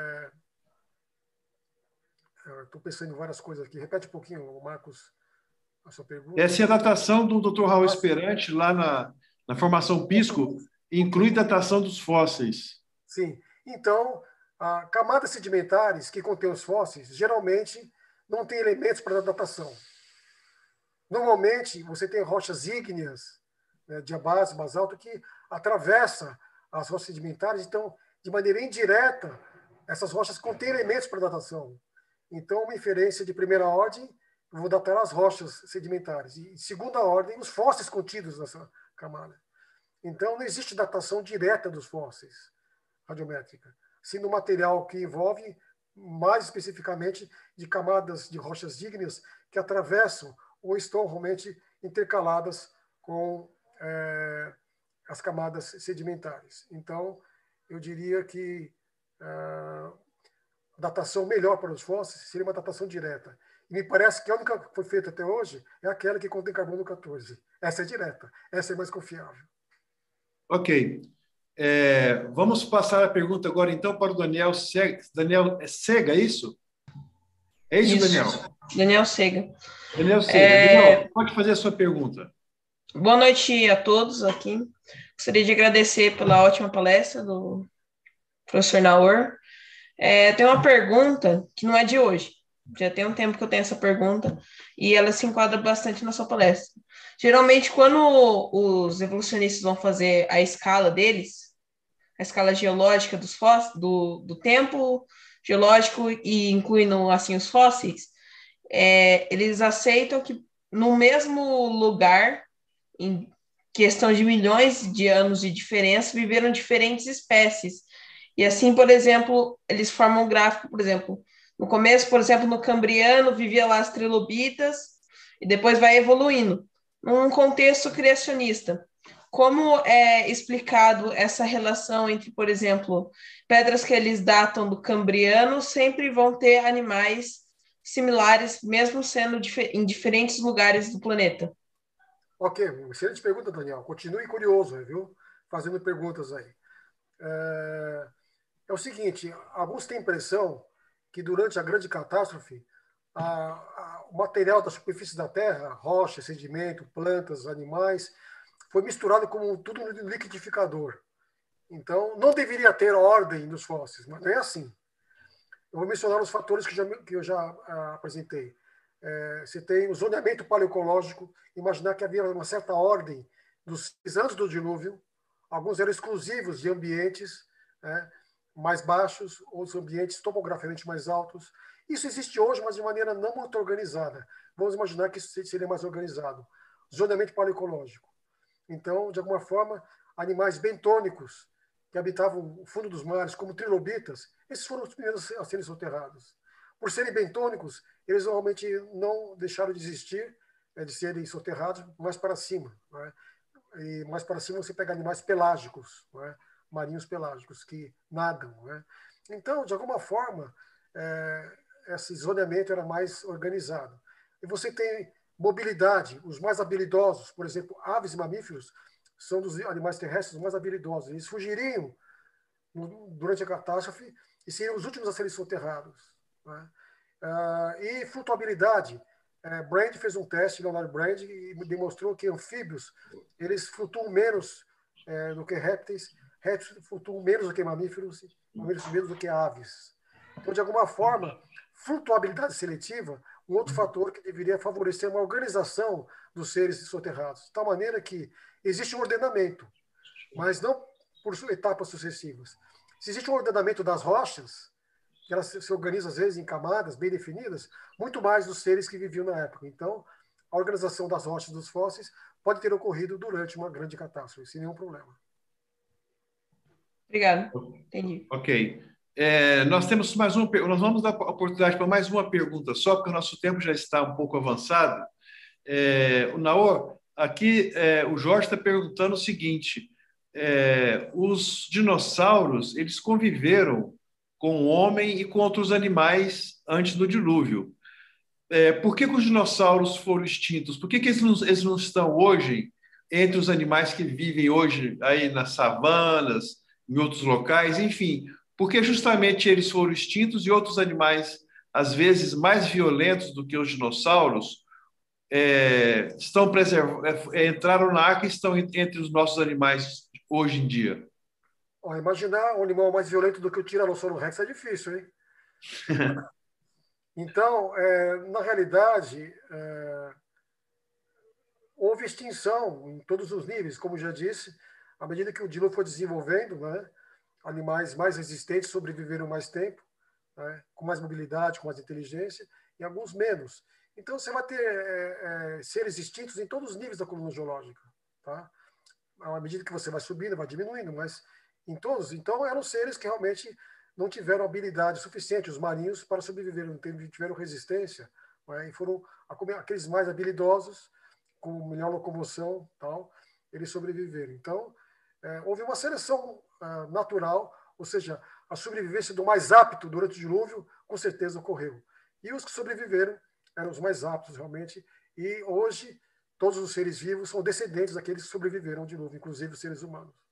Estou pensando em várias coisas aqui. Repete um pouquinho, Marcos, a sua pergunta. Essa é a datação do Dr. Raul Esperante, lá na formação Pisco, inclui datação dos fósseis. Sim. Então, camadas sedimentares que contêm os fósseis, geralmente, não tem elementos para datação. Normalmente, você tem rochas ígneas, né, diabase, basalto, que atravessa as rochas sedimentares. Então, de maneira indireta, essas rochas contêm elementos para datação. Então, uma inferência de primeira ordem, eu vou datar as rochas sedimentares. E, de segunda ordem, os fósseis contidos nessa camada. Então, não existe datação direta dos fósseis radiométrica, sendo um material que envolve, mais especificamente, de camadas de rochas ígneas que atravessam ou estão realmente intercaladas com as camadas sedimentares. Então, eu diria que a datação melhor para os fósseis seria uma datação direta. E me parece que a única que foi feita até hoje é aquela que contém carbono 14. Essa é direta, essa é mais confiável. Ok. Vamos passar a pergunta agora, então, para o Daniel Sega. Daniel Sega, é isso? É isso, Daniel? Daniel Sega. Daniel Sega. Daniel, pode fazer a sua pergunta. Boa noite a todos aqui. Gostaria de agradecer pela ótima palestra do professor Naor. Tem uma pergunta que não é de hoje. Já tem um tempo que eu tenho essa pergunta e ela se enquadra bastante na sua palestra. Geralmente, quando os evolucionistas vão fazer a escala deles, a escala geológica do tempo geológico e incluindo assim os fósseis, eles aceitam que no mesmo lugar, em questão de milhões de anos de diferença, viveram diferentes espécies. E assim, por exemplo, eles formam um gráfico, por exemplo, no começo, por exemplo, no Cambriano, vivia lá as trilobitas, e depois vai evoluindo. Num contexto criacionista, como é explicado essa relação entre, por exemplo, pedras que eles datam do Cambriano sempre vão ter animais similares, mesmo sendo em diferentes lugares do planeta? Ok, excelente pergunta, Daniel. Continue curioso, viu? Fazendo perguntas aí. É o seguinte, alguns têm a impressão que durante a grande catástrofe, o material da superfície da Terra, rocha, sedimento, plantas, animais, foi misturado como tudo no liquidificador. Então, não deveria ter ordem nos fósseis, mas não é assim. Eu vou mencionar os fatores que eu já apresentei. Você tem o zoneamento paleoecológico, imaginar que havia uma certa ordem dos antes do dilúvio, alguns eram exclusivos de ambientes mais baixos, outros ambientes topograficamente mais altos. Isso existe hoje, mas de maneira não muito organizada. Vamos imaginar que isso seria mais organizado. Zoneamento paleoecológico. Então, de alguma forma, animais bentônicos que habitavam o fundo dos mares, como trilobitas, esses foram os primeiros a serem soterrados. Por serem bentônicos, eles normalmente não deixaram de existir, de serem soterrados mais para cima. Né? E mais para cima você pega animais pelágicos, né? Marinhos pelágicos, que nadam. Né? Então, de alguma forma, esse zoneamento era mais organizado. E você tem mobilidade. Os mais habilidosos, por exemplo, aves e mamíferos, são dos animais terrestres mais habilidosos. Eles fugiriam durante a catástrofe e seriam os últimos a serem soterrados. Né? E flutuabilidade. Brand fez um teste, Leonard Brand, e demonstrou que anfíbios eles flutuam menos do que répteis, répteis flutuam menos do que mamíferos, mamíferos menos do que aves. Então, de alguma forma, flutuabilidade seletiva, um outro fator que deveria favorecer uma organização dos seres soterrados, de tal maneira que existe um ordenamento, mas não por etapas sucessivas. Se existe um ordenamento das rochas, que elas se organizam, às vezes, em camadas bem definidas, muito mais dos seres que viviam na época. Então, a organização das rochas dos fósseis pode ter ocorrido durante uma grande catástrofe, sem nenhum problema. Obrigada. Entendi. Ok. Nós temos mais uma. Nós vamos dar oportunidade para mais uma pergunta só, porque o nosso tempo já está um pouco avançado. O Naor, aqui o Jorge está perguntando o seguinte: os dinossauros eles conviveram com o homem e com outros animais antes do dilúvio. Por que os dinossauros foram extintos? Por que eles não estão hoje entre os animais que vivem hoje aí nas savanas, em outros locais, enfim? Porque justamente eles foram extintos e outros animais, às vezes mais violentos do que os dinossauros, estão entraram na arca e estão entre os nossos animais hoje em dia. Imaginar um animal mais violento do que o Tiranossauro Rex é difícil, hein? Então, na realidade, houve extinção em todos os níveis, como já disse, à medida que o dilúvio foi desenvolvendo, né, animais mais resistentes sobreviveram mais tempo, né, com mais mobilidade, com mais inteligência, e alguns menos. Então, você vai ter seres extintos em todos os níveis da coluna geológica. Tá? À medida que você vai subindo, vai diminuindo, mas em todos. Então, eram seres que realmente não tiveram habilidade suficiente, os marinhos, para sobreviver, não tiveram resistência, né? E foram aqueles mais habilidosos, com melhor locomoção, tal, eles sobreviveram. Então, houve uma seleção natural, ou seja, a sobrevivência do mais apto durante o dilúvio, com certeza ocorreu. E os que sobreviveram eram os mais aptos, realmente, e hoje todos os seres vivos são descendentes daqueles que sobreviveram ao dilúvio, inclusive os seres humanos.